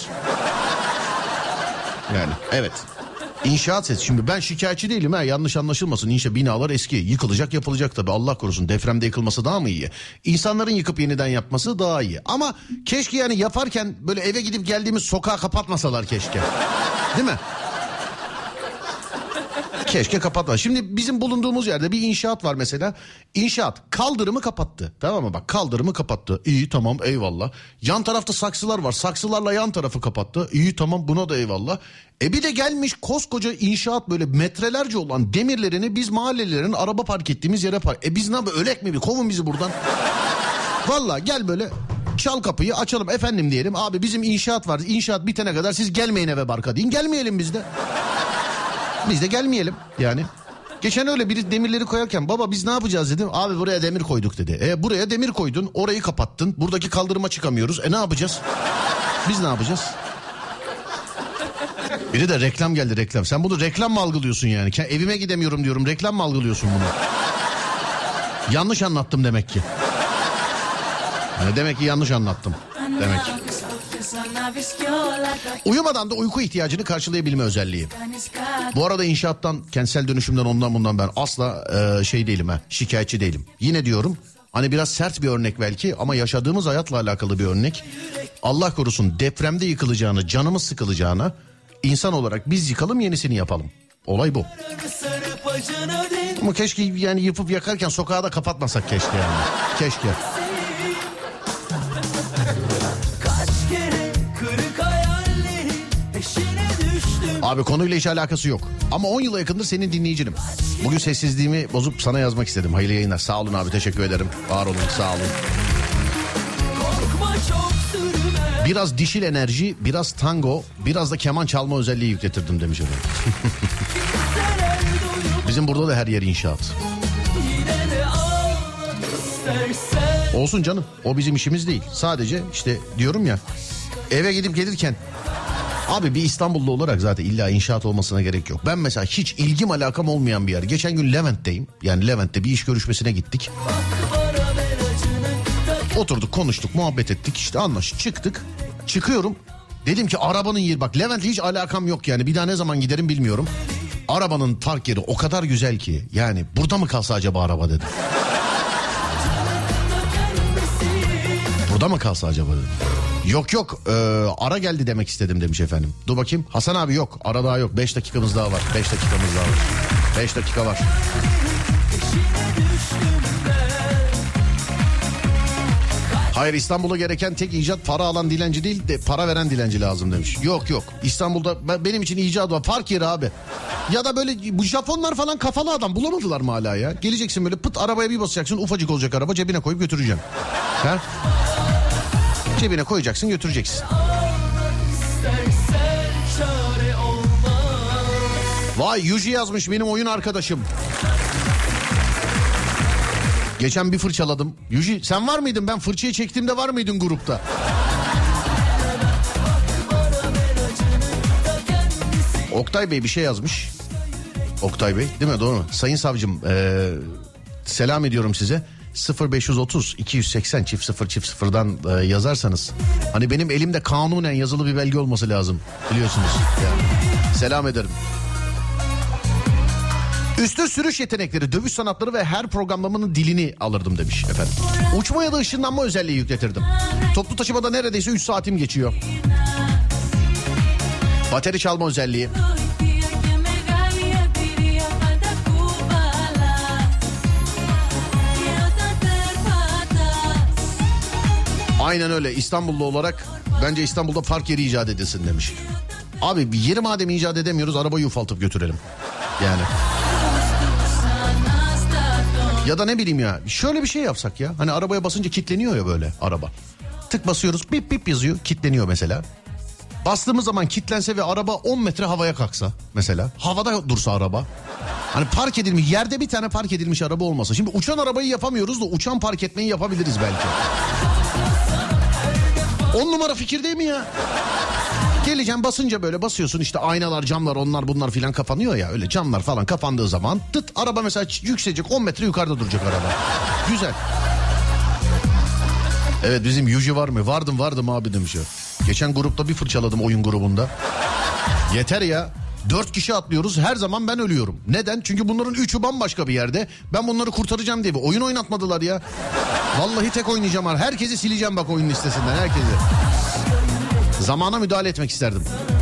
Yani evet. İnşaat sesi. Şimdi ben şikayetçi değilim ha, yanlış anlaşılmasın. İnşa binalar eski. Yıkılacak yapılacak tabii. Allah korusun, depremde yıkılması daha mı iyi? İnsanların yıkıp yeniden yapması daha iyi. Ama keşke yani yaparken böyle eve gidip geldiğimiz sokağı kapatmasalar keşke. Değil mi? Keşke kapatma. Şimdi bizim bulunduğumuz yerde bir inşaat var mesela. İnşaat kaldırımı kapattı. Tamam mı? Bak, kaldırımı kapattı. İyi, tamam, eyvallah. Yan tarafta saksılar var. Saksılarla yan tarafı kapattı. İyi, tamam, buna da eyvallah. E bir de gelmiş koskoca inşaat, böyle metrelerce olan demirlerini biz mahallelerin araba park ettiğimiz yere park. E biz ne yapalım? Ölek mi bir? Kovun bizi buradan. Vallahi gel böyle çal kapıyı, açalım efendim diyelim. Abi bizim inşaat var. İnşaat bitene kadar siz gelmeyin eve barka deyin. Gelmeyelim biz de. Biz de gelmeyelim yani. Geçen öyle biri demirleri koyarken baba biz ne yapacağız dedim. Abi buraya demir koyduk dedi. E buraya demir koydun, orayı kapattın. Buradaki kaldırıma çıkamıyoruz. E ne yapacağız? Biz ne yapacağız? Biri de reklam geldi, reklam. Sen bunu reklam mı algılıyorsun yani? Evime gidemiyorum diyorum, reklam mı algılıyorsun bunu? Yanlış anlattım demek ki. Yani demek ki yanlış anlattım. Demek ki. Uyumadan da uyku ihtiyacını karşılayabilme özelliği. Bu arada inşaattan, kentsel dönüşümden, ondan bundan ben asla e, şey değilim ha, şikayetçi değilim. Yine diyorum, hani biraz sert bir örnek belki ama yaşadığımız hayatla alakalı bir örnek. Allah korusun depremde yıkılacağını, canımız sıkılacağına, insan olarak biz yıkalım, yenisini yapalım. Olay bu. Ama keşke yani yıpıp yakarken sokağı da kapatmasak keşke yani. Keşke. Abi konuyla hiç alakası yok. Ama on yıla yakındır senin dinleyicinim. Bugün sessizliğimi bozup sana yazmak istedim. Hayırlı yayınlar. Sağ olun abi, teşekkür ederim. Var olun, sağ olun. Biraz dişil enerji, biraz tango, biraz da keman çalma özelliği yükletirdim demiş efendim. Bizim burada da her yer inşaat. Olsun canım, o bizim işimiz değil. Sadece işte diyorum ya, eve gidip gelirken... Abi bir İstanbullu olarak zaten illa inşaat olmasına gerek yok. Ben mesela hiç ilgim alakam olmayan bir yer. Geçen gün Levent'teyim. Yani Levent'te bir iş görüşmesine gittik. Oturduk, konuştuk, muhabbet ettik, işte anlaştık, çıktık. Çıkıyorum. Dedim ki arabanın yeri, bak Levent'le hiç alakam yok yani. Bir daha ne zaman giderim bilmiyorum. Arabanın park yeri o kadar güzel ki. Yani burada mı kalsa acaba araba dedim. Burada mı kalsa acaba dedim. Yok yok e, ara geldi demek istedim demiş efendim. Dur bakayım, Hasan abi yok, ara daha yok, beş dakikamız daha var, beş dakikamız daha var, beş dakika var. Hayır, İstanbul'a gereken tek icat para alan dilenci değil de para veren dilenci lazım demiş. Yok yok, İstanbul'da benim için icat var, park yeri abi. Ya da böyle bu Japonlar falan kafalı adam bulamadılar mı hala ya? Geleceksin böyle pıt, arabaya bir basacaksın, ufacık olacak araba, cebine koyup götüreceğim. Ha? Cebine koyacaksın, götüreceksin. Vay, Yuji yazmış, benim oyun arkadaşım. Geçen bir fırçaladım. Yuji sen var mıydın? Ben fırçayı çektiğimde var mıydın grupta? Oktay Bey bir şey yazmış. Oktay Bey değil mi? Doğru mu? Sayın savcım ee, selam ediyorum size. sıfır beş otuz iki yüz seksen çift sıfır çift sıfırdan e, yazarsanız, hani benim elimde kanunen yazılı bir belge olması lazım biliyorsunuz. Yani, selam ederim. Üstün sürüş yetenekleri, dövüş sanatları ve her programlamanın dilini alırdım demiş efendim. Uçma ya da ışınlanma özelliği yükletirdim. Toplu taşımada neredeyse üç saatim geçiyor. Bateri çalma özelliği. Aynen öyle, İstanbullu olarak bence İstanbul'da park yeri icat edilsin demiş. Abi bir yeri madem icat edemiyoruz, arabayı ufaltıp götürelim. Yani. Ya da ne bileyim ya, şöyle bir şey yapsak ya. Hani arabaya basınca kilitleniyor ya böyle araba. Tık basıyoruz, bip bip yazıyor, kilitleniyor mesela. Bastığımız zaman kilitlense ve araba on metre havaya kalksa mesela. Havada dursa araba. Hani park edilmiş, yerde bir tane park edilmiş araba olmasa. Şimdi uçan arabayı yapamıyoruz da uçan park etmeyi yapabiliriz belki. On numara fikir değil mi ya? Geleceğim, basınca böyle basıyorsun, işte aynalar, camlar, onlar bunlar filan kapanıyor ya. Öyle camlar falan kapandığı zaman tıt, araba mesela yükselecek, on metre yukarıda duracak araba. Güzel. Evet, bizim Yuji var mı? Vardım vardım abi demiş o. Geçen grupta bir fırçaladım, oyun grubunda. Yeter ya. Dört kişi atlıyoruz, her zaman ben ölüyorum. Neden? Çünkü bunların üçü bambaşka bir yerde. Ben bunları kurtaracağım diye bir oyun oynatmadılar ya. Vallahi tek oynayacağım. Herkesi sileceğim bak oyun listesinden, herkesi. Zamana müdahale etmek isterdim.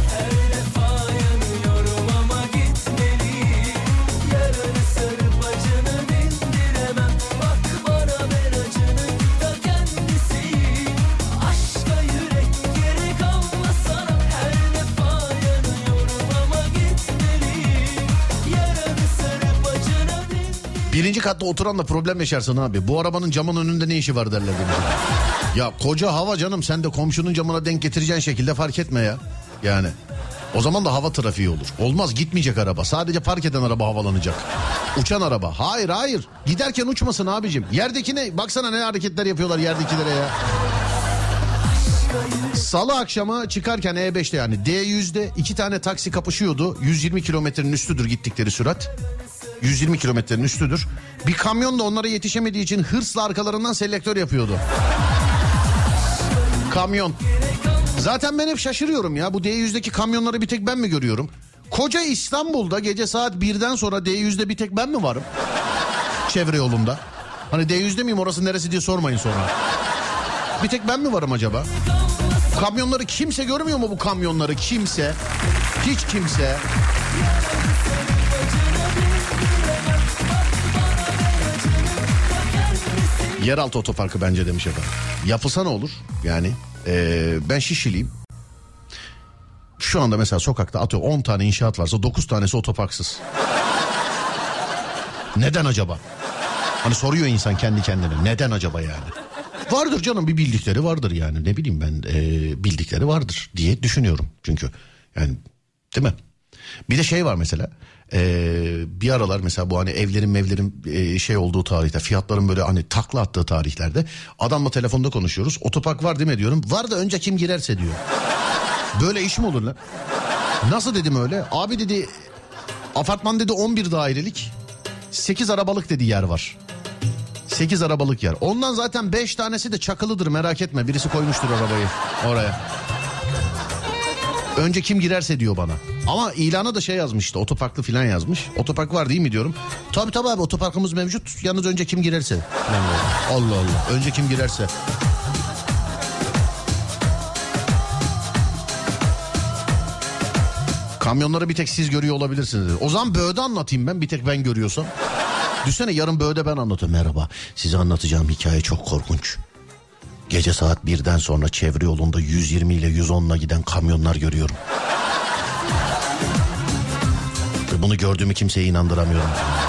Birinci katta oturanla problem yaşarsın abi. Bu arabanın camın önünde ne işi var derler. Ya koca hava canım, sen de komşunun camına denk getireceğin şekilde fark etme ya. Yani o zaman da hava trafiği olur. Olmaz, gitmeyecek araba. Sadece park eden araba havalanacak. Uçan araba. Hayır hayır. Giderken uçmasın abicim. Yerdekine baksana, ne hareketler yapıyorlar yerdekilere ya. Salı akşamı çıkarken E beşte, yani D yüzde iki tane taksi kapışıyordu. yüz yirmi kilometrenin üstüdür gittikleri sürat. yüz yirmi kilometrenin üstüdür. Bir kamyon da onlara yetişemediği için hırsla arkalarından selektör yapıyordu. Kamyon. Zaten ben hep şaşırıyorum ya. Bu D yüzdeki kamyonları bir tek ben mi görüyorum? Koca İstanbul'da gece saat birden sonra D yüzde bir tek ben mi varım? Çevre yolunda. Hani D yüzde miyim, orası neresi diye sormayın sonra. Bir tek ben mi varım acaba? Kamyonları kimse görmüyor mu, bu kamyonları? Kimse. Hiç kimse. Yeraltı otoparkı bence demiş efendim. Yapılsa ne olur? Yani ee, ben Şişliyim. Şu anda mesela sokakta atıyor on tane inşaat varsa dokuz tanesi otoparksız. Neden acaba? Hani soruyor insan kendi kendine. Neden acaba yani? Vardır canım, bir bildikleri vardır yani. Ne bileyim ben, ee, bildikleri vardır diye düşünüyorum. Çünkü yani, değil mi? Bir de şey var mesela. Ee, bir aralar mesela bu hani evlerin mevlerin e, şey olduğu tarihte, fiyatların böyle hani takla attığı tarihlerde adamla telefonda konuşuyoruz. Otopark var değil mi diyorum. Var da önce kim girerse diyor. Böyle iş mi olur lan? Nasıl dedim öyle? Abi dedi, apartman dedi on bir dairelik, sekiz arabalık dedi yer var. sekiz arabalık yer. Ondan zaten beş tanesi de çakılıdır, merak etme. Birisi koymuştur arabayı oraya. Önce kim girerse diyor bana. Ama ilana da şey yazmış işte, otoparklı falan yazmış. Otopark var değil mi diyorum. Tabii tabii abi, otoparkımız mevcut. Yalnız önce kim girerse. Allah Allah, önce kim girerse. Kamyonları bir tek siz görüyor olabilirsiniz. O zaman Böğde anlatayım ben, bir tek ben görüyorsam. Düşünsene, yarın Böğde ben anlatıyorum. Merhaba, size anlatacağım hikaye çok korkunç. Gece saat birden sonra çevre yolunda yüz yirmi ile yüz onla giden kamyonlar görüyorum. Ve bunu gördüğümü kimseye inandıramıyorum.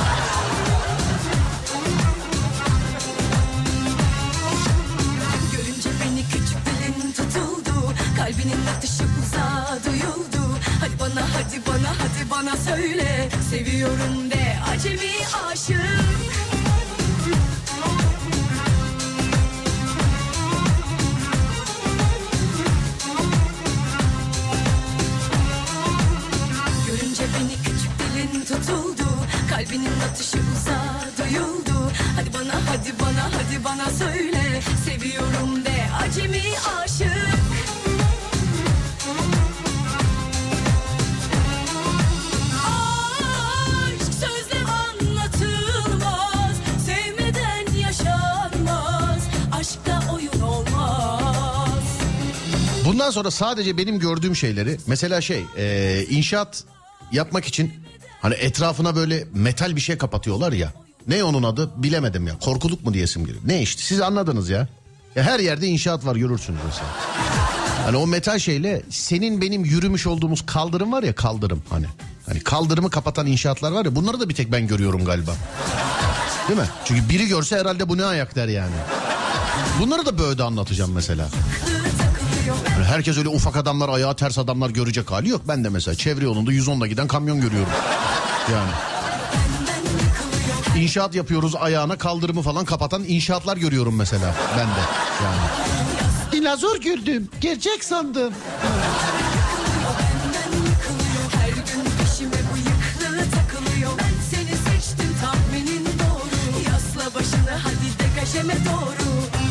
Görünce beni küçük dilin tutuldu, kalbinin atışı uzağa duyuldu. Hadi bana hadi bana hadi bana söyle, seviyorum de acemi aşık. Tutuldu, kalbinin atışı uzağa duyuldu. Hadi bana hadi bana hadi bana söyle, seviyorum de acemi aşık. Aşk sözle anlatılmaz, sevmeden yaşanmaz, aşkta oyun olmaz. Bundan sonra sadece benim gördüğüm şeyleri, mesela şey e, inşaat yapmak için hani etrafına böyle metal bir şey kapatıyorlar ya. Ne onun adı bilemedim ya. Korkuluk mu diyesim geliyor. Ne işte, siz anladınız ya. Ya her yerde inşaat var, görürsünüz mesela. Hani o metal şeyle senin benim yürümüş olduğumuz kaldırım var ya, kaldırım hani. Hani kaldırımı kapatan inşaatlar var ya, bunları da bir tek ben görüyorum galiba. Değil mi? Çünkü biri görse herhalde bu ne ayak der yani. Bunları da böyle anlatacağım mesela. Yani herkes öyle ufak adamlar, ayağı ters adamlar görecek hali yok. Ben de mesela çevre yolunda yüz onla giden kamyon görüyorum. Yani. İnşaat yapıyoruz, ayağına kaldırımı falan kapatan inşaatlar görüyorum mesela ben de. Yani. Dinozor gördüm, gerçek sandım. Her gün peşime bıyıklı takılıyor. Ben seni seçtim, tahminin doğru. Yasla başını hadi degajeme doğru.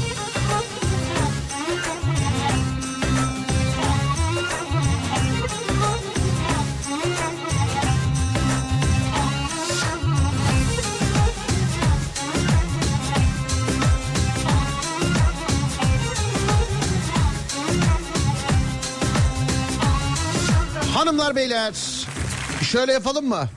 Hanımlar beyler, şöyle yapalım mı?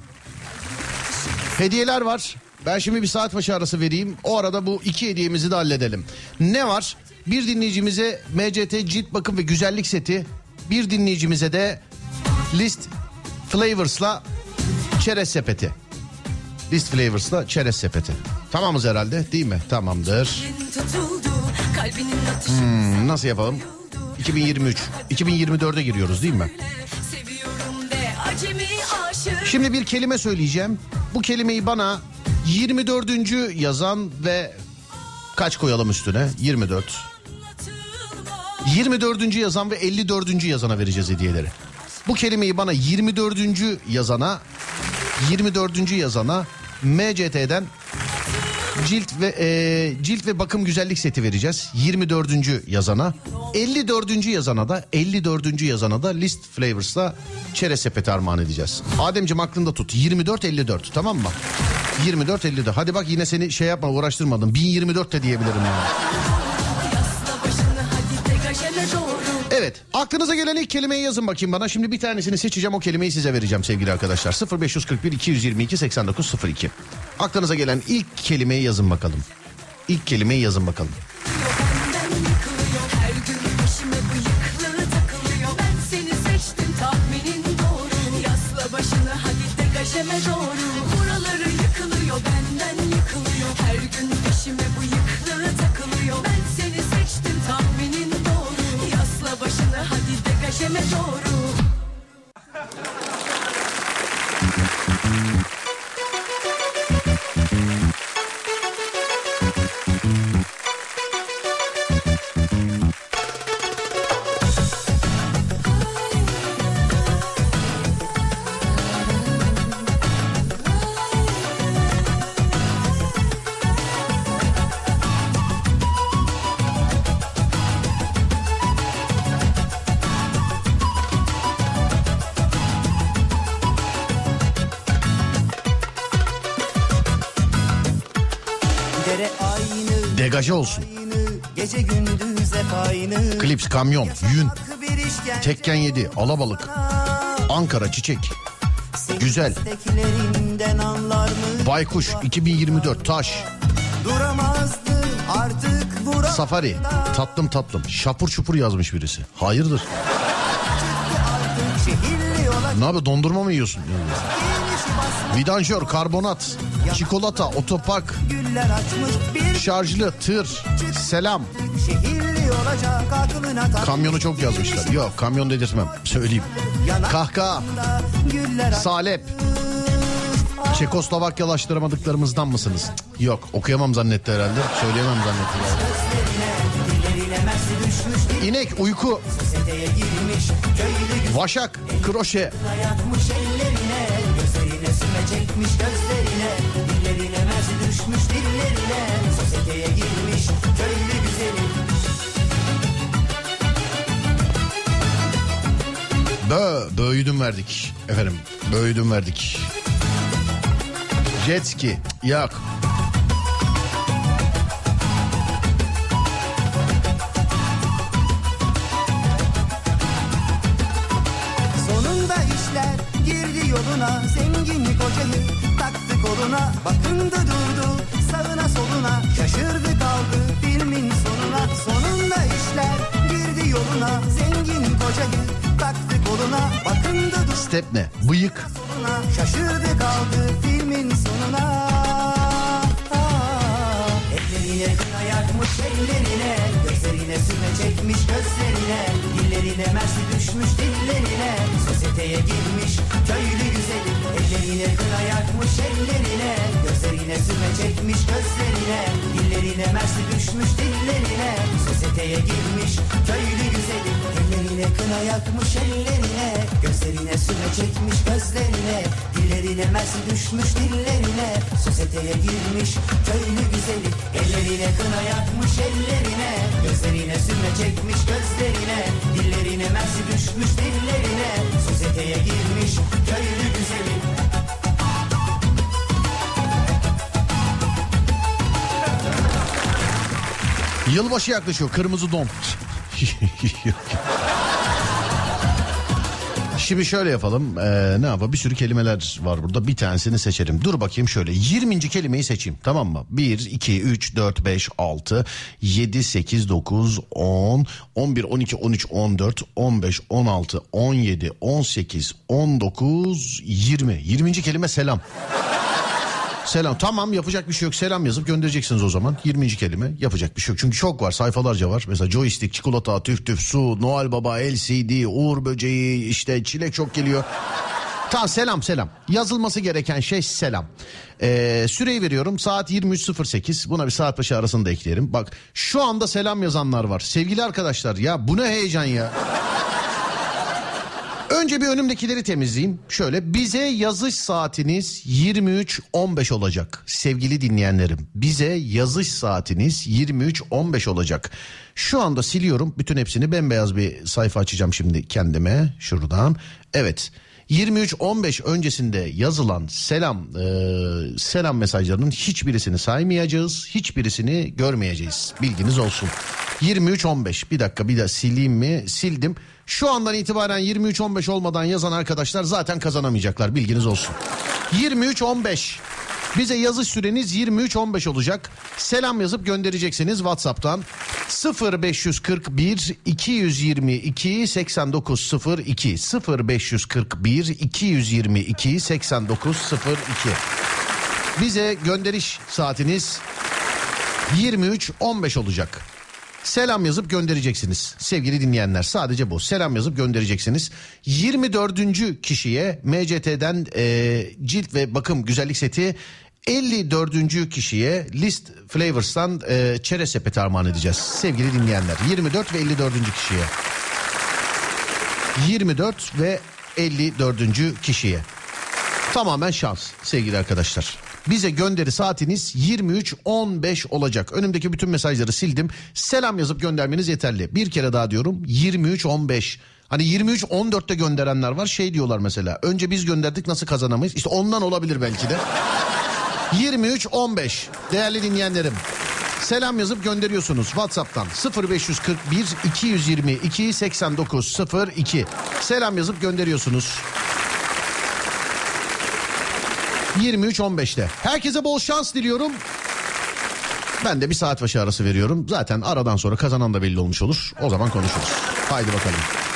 Hediyeler var. Ben şimdi bir saat başı arası vereyim. O arada bu iki hediyemizi de halledelim. Ne var? Bir dinleyicimize M C T cilt bakım ve güzellik seti. Bir dinleyicimize de List Flavors'la çerez sepeti. List Flavors'la çerez sepeti. Tamamız herhalde değil mi? Tamamdır. Tutuldu, kalbinin atışı. Hmm, nasıl yapalım? iki bin yirmi üç, iki bin yirmi dörde giriyoruz değil mi? Seviyorum de acemi aşık. Şimdi bir kelime söyleyeceğim. Bu kelimeyi bana yirmi dördüncü yazan ve kaç koyalım üstüne? yirmi dört. yirmi dördüncü yazan ve elli dördüncü yazana vereceğiz hediyeleri. Bu kelimeyi bana yirmi dördüncü yazana, yirmi dördüncü yazana M C T'den cilt ve e, cilt ve bakım güzellik seti vereceğiz. yirmi dördüncü yazana, elli dördüncü yazana da elli dördüncü yazana da List Flavors'la çerez sepeti armağan edeceğiz. Ademciğim aklında tut. yirmi dört elli dört, tamam mı? yirmi dört elli dört. Hadi bak yine seni şey yapma, uğraştırmadım. bin yirmi dört de diyebilirim yani. Yasla başını hadi degajeme doğru. Evet, aklınıza gelen ilk kelimeyi yazın bakayım bana. Şimdi bir tanesini seçeceğim, o kelimeyi size vereceğim sevgili arkadaşlar. sıfır beş kırk bir iki yüz yirmi iki seksen dokuz sıfır iki. Aklınıza gelen ilk kelimeyi yazın bakalım. İlk kelimeyi yazın bakalım. Benden yıkılıyor, her gün peşime bıyıklı takılıyor. Ben seni seçtim, tahminin doğru. Yasla başını hadi degajeme doğru. Buraları yıkılıyor, benden yıkılıyor. Her gün peşime bıyıklı takılıyor. Ben seni seçtim, tahminin doğru. Yasla başını hadi degajeme doğru. Dere aynı, Degaje olsun. aynı, gece gündüz hep aynı. Klips, kamyon, yün, Yaşamak bir işkence. tekken yedi, alabalık, Ankara, çiçek, Senin güzel. isteklerinden anlar mı? Baykuş, iki bin yirmi dört, taş, Duramazdı artık buramda. safari, tatlım tatlım, şapur şupur yazmış birisi. Hayırdır? Artık şehirli olacak. Ne yapıyor, dondurma mı yiyorsun? Gelişi basma, Vidanjör, karbonat, çikolata, otopark, güller açmış bir şarjlı, tır, selam. şehirli olacak aklına tak. Kamyonu çok yazmışlar. Yok, kamyon dedirtmem, söyleyeyim. Kahkaha, Güller salep, Çekoslovakyalaştıramadıklarımızdan mısınız? Cık, yok, okuyamam zannetti herhalde. Söyleyemem zannetti herhalde. İnek, uyku, siteye girmiş köylü vaşak, kroşe, yatmış ellerine, gözlerine süme çekmiş gözlerine, dillerine mersi düşmüş dillerine, sosyeteye girmiş köylü güzeli. bö, böğüdüm verdik. Efendim, böğüdüm verdik. Jet ski, yok. Sonunda işler girdi yoluna, zengin kocayı taktı koluna, bakındı durdu sağına soluna, şaşırdı kaldı filmin sonuna. Sonunda işler girdi yoluna, zengin kocayı taktı koluna, bakındı durdu Step ne? Bıyık, soluna, şaşırdı kaldı filmin sonuna. ellerine, gözlerine sürme çekmiş gözlerine, dillerine mersi düşmüş dillerine, sosyeteye girmiş köylü güzeli, ellerine kına yakmış ellerine, gözlerine sürme çekmiş gözlerine, dillerine mersi düşmüş dillerine, sosyeteye girmiş köylü güzeli, ellerine kına yakmış ellerine, gözlerine sürme çekmiş gözlerine, dillerine mersi düşmüş dillerine, sosyeteye girmiş köylü güzeli, ellerine kına yakmış ellerine, gözlerine sürme çekmiş gözlerine, dillerine mersi düşmüş dillerine, sosyeteye girmiş köylü güzeli. Yılbaşı yaklaşıyor. Kırmızı don. Şimdi şöyle yapalım. Ee, ne yapalım? Bir sürü kelimeler var burada. Bir tanesini seçelim. Dur bakayım şöyle. yirminci kelimeyi seçeyim. Tamam mı? bir, iki, üç, dört, beş, altı, yedi, sekiz, dokuz, on, on bir, on iki, on üç, on dört, on beş, on altı, on yedi, on sekiz, on dokuz, yirmi. yirminci kelime selam. Selam. Tamam, yapacak bir şey yok. Selam yazıp göndereceksiniz o zaman. yirminci kelime, yapacak bir şey yok. Çünkü çok var, sayfalarca var. Mesela joystick, çikolata, tüf tüf, su, Noel Baba, L C D, Uğur böceği, işte çilek çok geliyor. Tamam, selam selam. Yazılması gereken şey selam. Ee, süreyi veriyorum, saat yirmi üç sıfır sekiz. Buna bir saat başı arasını da ekleyelim. Bak, şu anda selam yazanlar var. Sevgili arkadaşlar, ya bu ne heyecan ya. Önce bir önümdekileri temizleyeyim. Şöyle, bize yazış saatiniz yirmi üç on beş olacak sevgili dinleyenlerim. Bize yazış saatiniz yirmi üç on beş olacak. Şu anda siliyorum bütün hepsini, bembeyaz bir sayfa açacağım şimdi kendime şuradan. Evet, yirmi üç on beş öncesinde yazılan selam e, selam mesajlarının hiçbirisini saymayacağız. Hiçbirisini görmeyeceğiz. Bilginiz olsun. yirmi üç on beş, bir dakika, bir daha sileyim mi? Sildim. Şu andan itibaren yirmi üç on beş olmadan yazan arkadaşlar zaten kazanamayacaklar, bilginiz olsun. yirmi üç on beş. Bize yazış süreniz yirmi üç on beş olacak. Selam yazıp göndereceksiniz WhatsApp'tan. sıfır beş kırk bir iki yüz yirmi iki seksen dokuz sıfır iki sıfır beş kırk bir iki yüz yirmi iki seksen dokuz sıfır iki. Bize gönderiş saatiniz yirmi üç on beş olacak. Selam yazıp göndereceksiniz sevgili dinleyenler, sadece bu. Selam yazıp göndereceksiniz. yirmi dördüncü kişiye M C T'den e, cilt ve bakım güzellik seti, elli dördüncü kişiye List Flavors'tan e, çerez sepeti armağan edeceğiz sevgili dinleyenler. yirmi dört ve elli dördüncü kişiye. yirmi dört ve elli dördüncü kişiye. Tamamen şans sevgili arkadaşlar. Bize gönderi saatiniz yirmi üç on beş olacak. Önümdeki bütün mesajları sildim. Selam yazıp göndermeniz yeterli. Bir kere daha diyorum, yirmi üç on beş. Hani yirmi üç on dörtte gönderenler var. Şey diyorlar mesela, önce biz gönderdik, nasıl kazanamayız? İşte ondan olabilir belki de. yirmi üç on beş değerli dinleyenlerim. Selam yazıp gönderiyorsunuz WhatsApp'tan sıfır beş kırk bir iki yüz yirmi iki seksen dokuz sıfır iki. Selam yazıp gönderiyorsunuz. yirmi üç on beşte. Herkese bol şans diliyorum. Ben de bir saat başı arası veriyorum. Zaten aradan sonra kazanan da belli olmuş olur. O zaman konuşuruz. Haydi bakalım.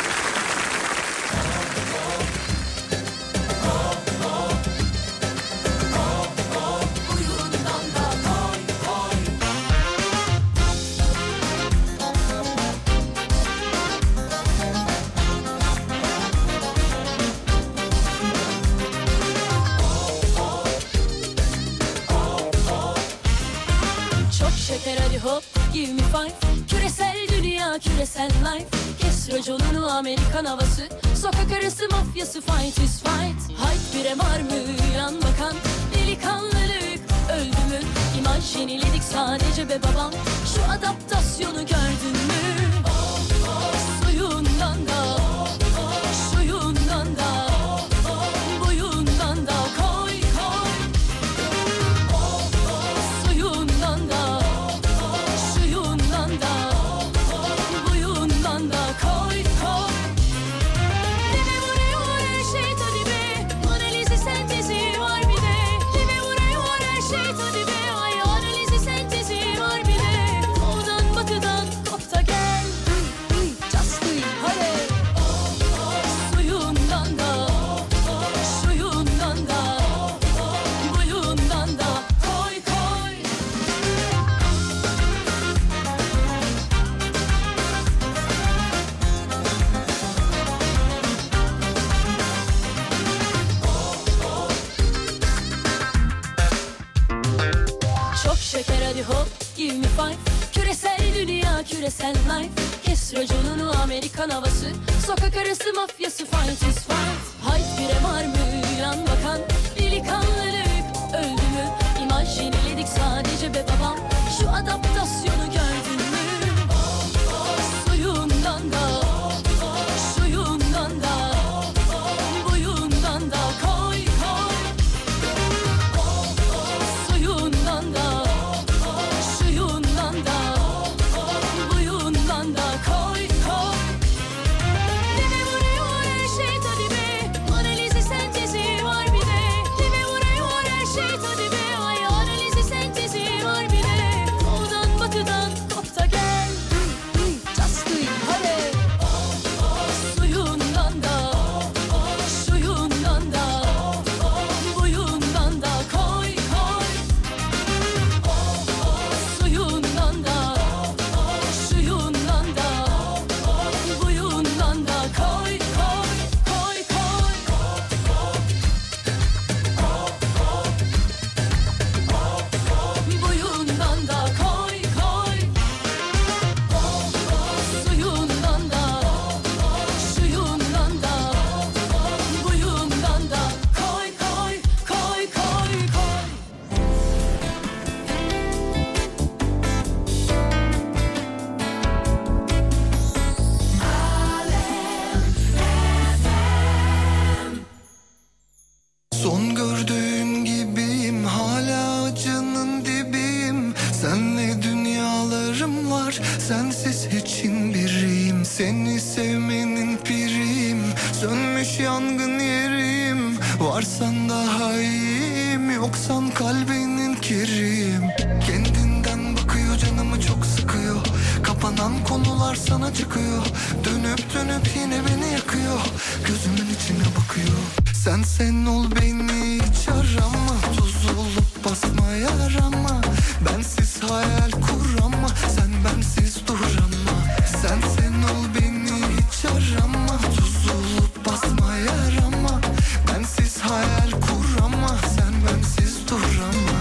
Küresel life, kes raconunu, Amerikan havası, sokak arası mafyası, fight is fight. Hayt bire var mı yan bakan, delikanlılık öldü mü? İmaj yeniledik sadece be babam, şu adaptasyonu gördün mü? Oh, oh, suyundan da, oh, oh, suyundan da, oh, oh, boyundan da koy koy. Oh, oh, suyundan da, oh, oh, suyundan da. Koy koy. Deme vuruyor her şey tadı be, analizi sentezi var bir de. Deme vuruyor her şey tadı be, ay analizi sentezi var bir de. Doğudan batıdan kop da gel. küresel life. Kes raconunu Amerikan havası. Sokak arası mafyası fight is fight. Hayt bire var mı yan bakan? Delikanlılık öldü mü? İmaj yeniledik sadece be babam. Şu adaptasyonu gördün mü? Suyundan da, suyundan da, buyundan da koy koy. Suyundan da, suyundan da, buyundan da koy koy. Deme vuruyor her şey tadı be, analizi sentezi var bir de. Deme vuruyor her şey tadı be, ay analizi sentezi var bir de. Doğudan batıdan kop da gel, just do it hadi. Suyundan da, suyundan da, buyundan da koy koy. Suyundan da, suyundan da, buyundan da koy koy koy koy. Buyundan da koy koy. Suyundan da, suyundan da, buyundan da koy koy koy koy koy. Son gördüğün gibiyim, hala acının dibiyim. Senle dünyalarım var, sensiz hiçin biriyim. Seni sevmenin piriyim, sönmüş yangın yerim. Varsan daha iyiyim, yoksan kalbinin kiriyim. Kendinden bakıyor, canımı çok sıkıyor. Kapanan konular sana çıkıyor. Dönüp dönüp yine beni yakıyor. Gözümün içine bakıyor. Sen sen ol beni hiç arama. Tuz olup basma yarama. Bensiz hayal kur ama sen bensiz duramma. Sen sen ol beni hiç arama. Tuz olup basma yarama. Bensiz hayal kur ama sen bensiz duramma.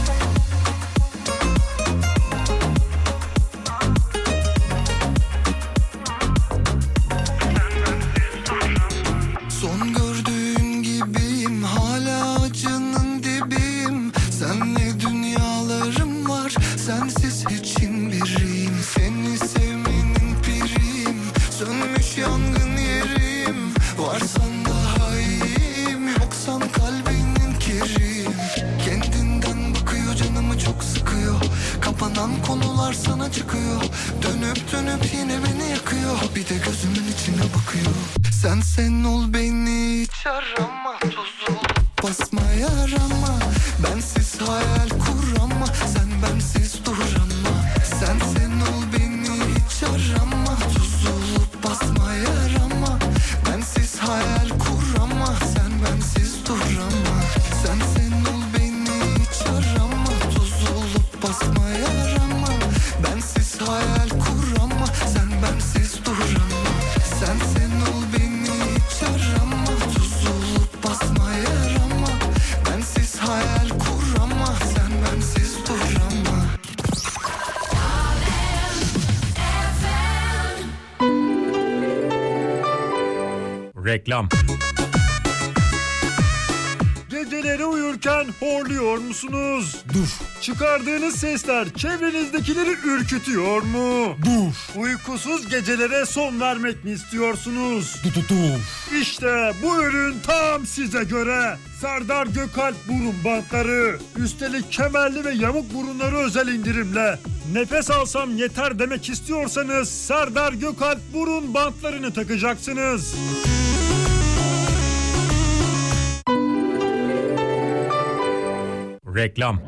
Son gördüğün gibiyim, hala acının dibiyim. Senle dünyalarım var, sensiz hiçin biriyim. Seni sevmenin piriyim, sönmüş yangın yerim. Varsan daha iyiyim, yoksan kalbinin kiriyim. Kendinden bakıyor, canımı çok sıkıyor. Kapanan konular sana çıkıyor. Dönüp dönüp yine beni yakıyor. Bir de gözümün içine bakıyor. Sen sen ol beni hiç arama. Tuz olup basma yarama. Bensiz hayal kur ama sen bensiz duramma. Sen sen ol beni hiç arama. Tuz olup basma yarama. Bensiz hayal kur ama sen bensiz duramma. Sen sen ol beni hiç arama. Tuz olup basma yarama. Bensiz hayal kur ama sen bensiz duramma. Sen sen ol beni hiç arama. Tuz olup basma yarama. Bensiz hayal kur ama sen bensiz duramma. Reklam. Geceleri uyurken horluyor musunuz? Duf. Çıkardığınız sesler çevrenizdekileri ürkütüyor mu? Duf. Uykusuz gecelere son vermek mi istiyorsunuz? Duf. İşte bu ürün tam size göre. Serdar Gökalp burun bantları. Üstelik kemerli ve yamuk burunları özel indirimle. Nefes alsam yeter demek istiyorsanız Serdar Gökalp burun bantlarını takacaksınız. Reklam.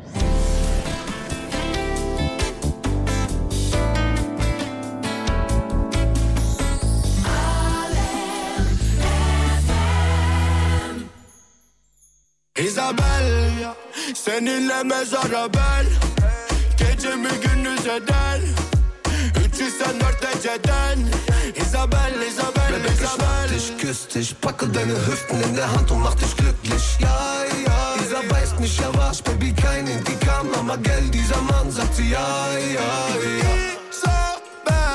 Isabel, seninle mezara bel. Gecemi gündüz eder. üç yüz dört eceden. Isabel, Isabel, Bebek, ich Isabel. mach dich, küss dich, packe deine Hüften in der Hand und mach dich glücklich. Ja, ja, Isa beißt mich, ja was, Baby, kein Intikam, aber gell, dieser Mann sagt sie ja, ja, ja. Isabel.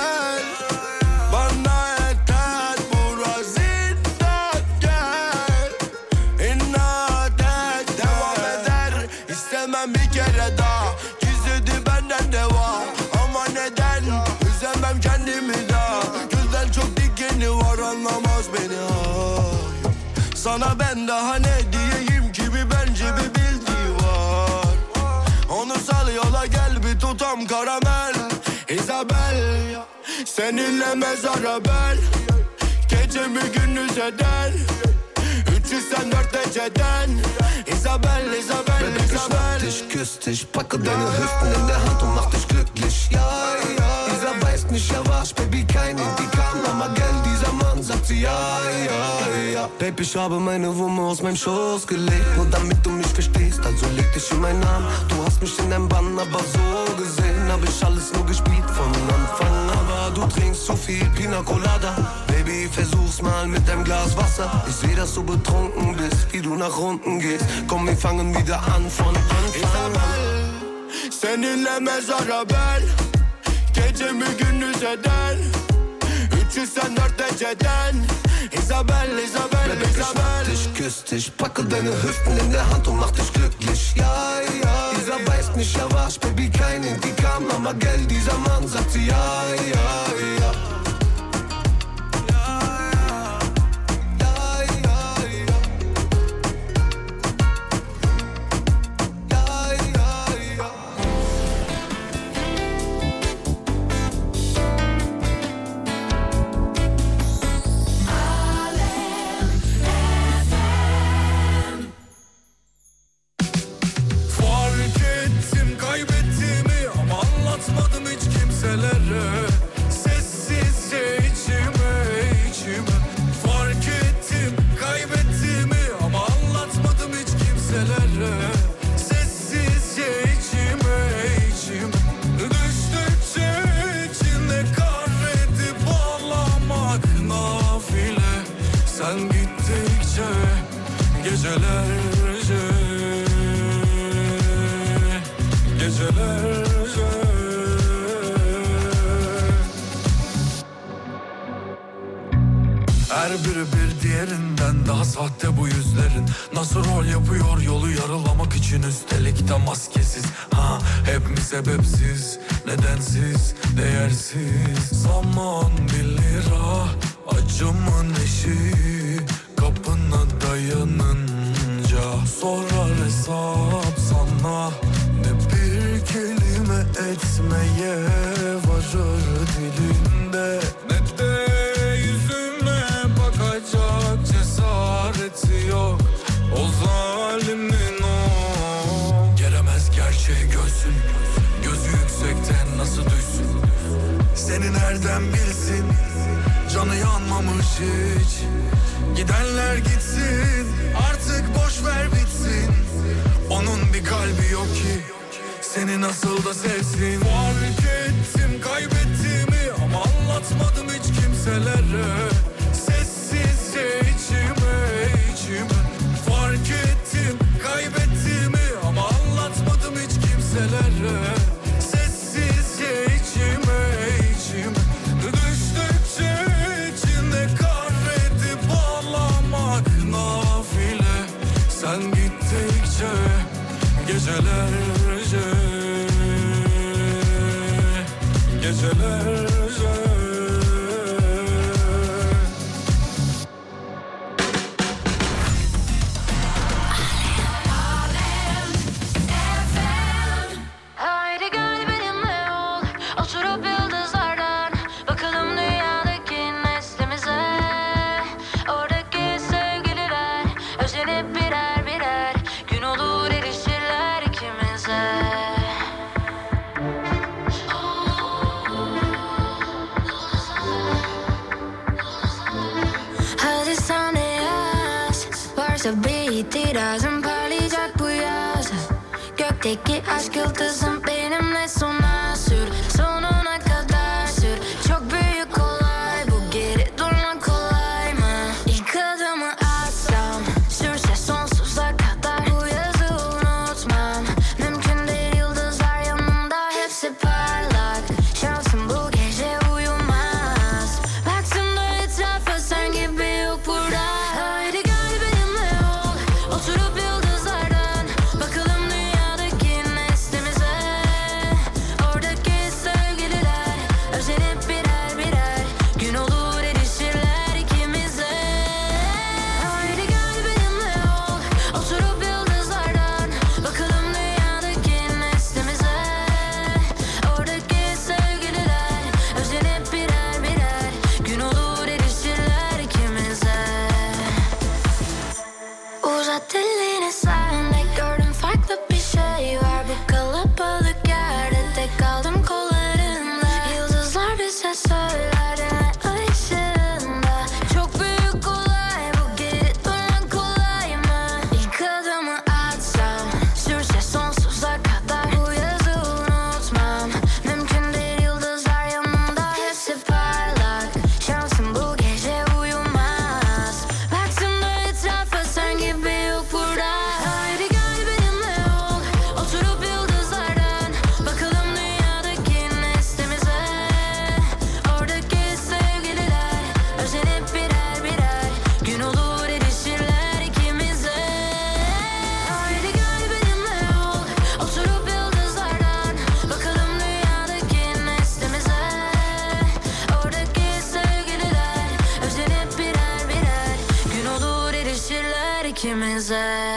beni ay. Sana ben daha ne diyeyim ki, bir bence bir bildiği var. Onu sal yola gel, bir tutam karamel. Isabel, seninle mezara bel. Gecemi gündüz eder. üç yüz dört dereceden. Isabel, Isabel, Baby, ich schlag dich, küss dich, packe deine Hüften in der Hand und mach dich glücklich. Ja, ja, dieser weiß nicht, ja was, Baby, kein Indikam, aber gell, dieser Mann sagt sie ja, ja, ja. Baby, ich habe meine Wumme aus meinem Schoß gelegt, nur damit du mich verstehst, also leg dich in meinen Arm. Du hast mich in deinem Bann, aber so gesehen hab ich alles nur gespielt von Anfang. Aber du trinkst zu viel Pina Colada, Baby, versuch's mal mit deinem Glas Wasser. Ich seh, dass du betrunken bist, wie du nach unten gehst. Komm, wir fangen wieder an von Anfang. Isabel, seninle mezara bel. Gecemi gündüz eder. üç yüz dört dereceden. Isabel, Isabel, Baby, ich schlag Isabel. dich, küss dich, packe deine Hüften in der Hand und mach dich glücklich. Ja, ja, dieser weiß nicht, ja was, Baby, kein Indikam, aber gell, dieser Mann sagt sie ja, ja, ja. Her biri bir diğerinden daha sahte bu yüzlerin. Nasıl rol yapıyor yolu yarılamak için, üstelik de maskesiz. Ha, hep mi sebepsiz, nedensiz, değersiz. Zaman bir lira, acımın eşiği kapına dayanınca sorar hesap sana. Ne bir kelime etmeye varır dilinde, ne de cesareti yok o zalimin o. Geremez gerçeği görsün, gözü yüksekten nasıl düşsün. Seni nereden bilsin, canı yanmamış hiç. Gidenler gitsin, artık boş ver bitsin. Onun bir kalbi yok ki seni nasıl da sevsin. Fark ettim kaybettiğimi ama anlatmadım hiç kimselere. Sessizce içime içime fark ettim kaybettiğimi ama anlatmadım hiç kimselere. Sessizce içime içime düştükçe içinde kahredip ağlamak nafile. Sen gittikçe gecelerce gecelerce. İtirazım parlayacak bu yaz. Gökteki aşk yıldızım benimle sona sür. Sonuna kadar sür. Çok büyük olay bu, geri durmak kolay mı? İlk adımı atsam sürse sonsuza kadar. Bu yazı unutmam mümkün değil, yıldızlar yanımda hepsi parlak. Şansım bu gece uyumaz. Baktım da etrafa sen gibi yok burada. Haydi gel oturup yıldızlardan bakalım dünyadaki neslimize. ikimize.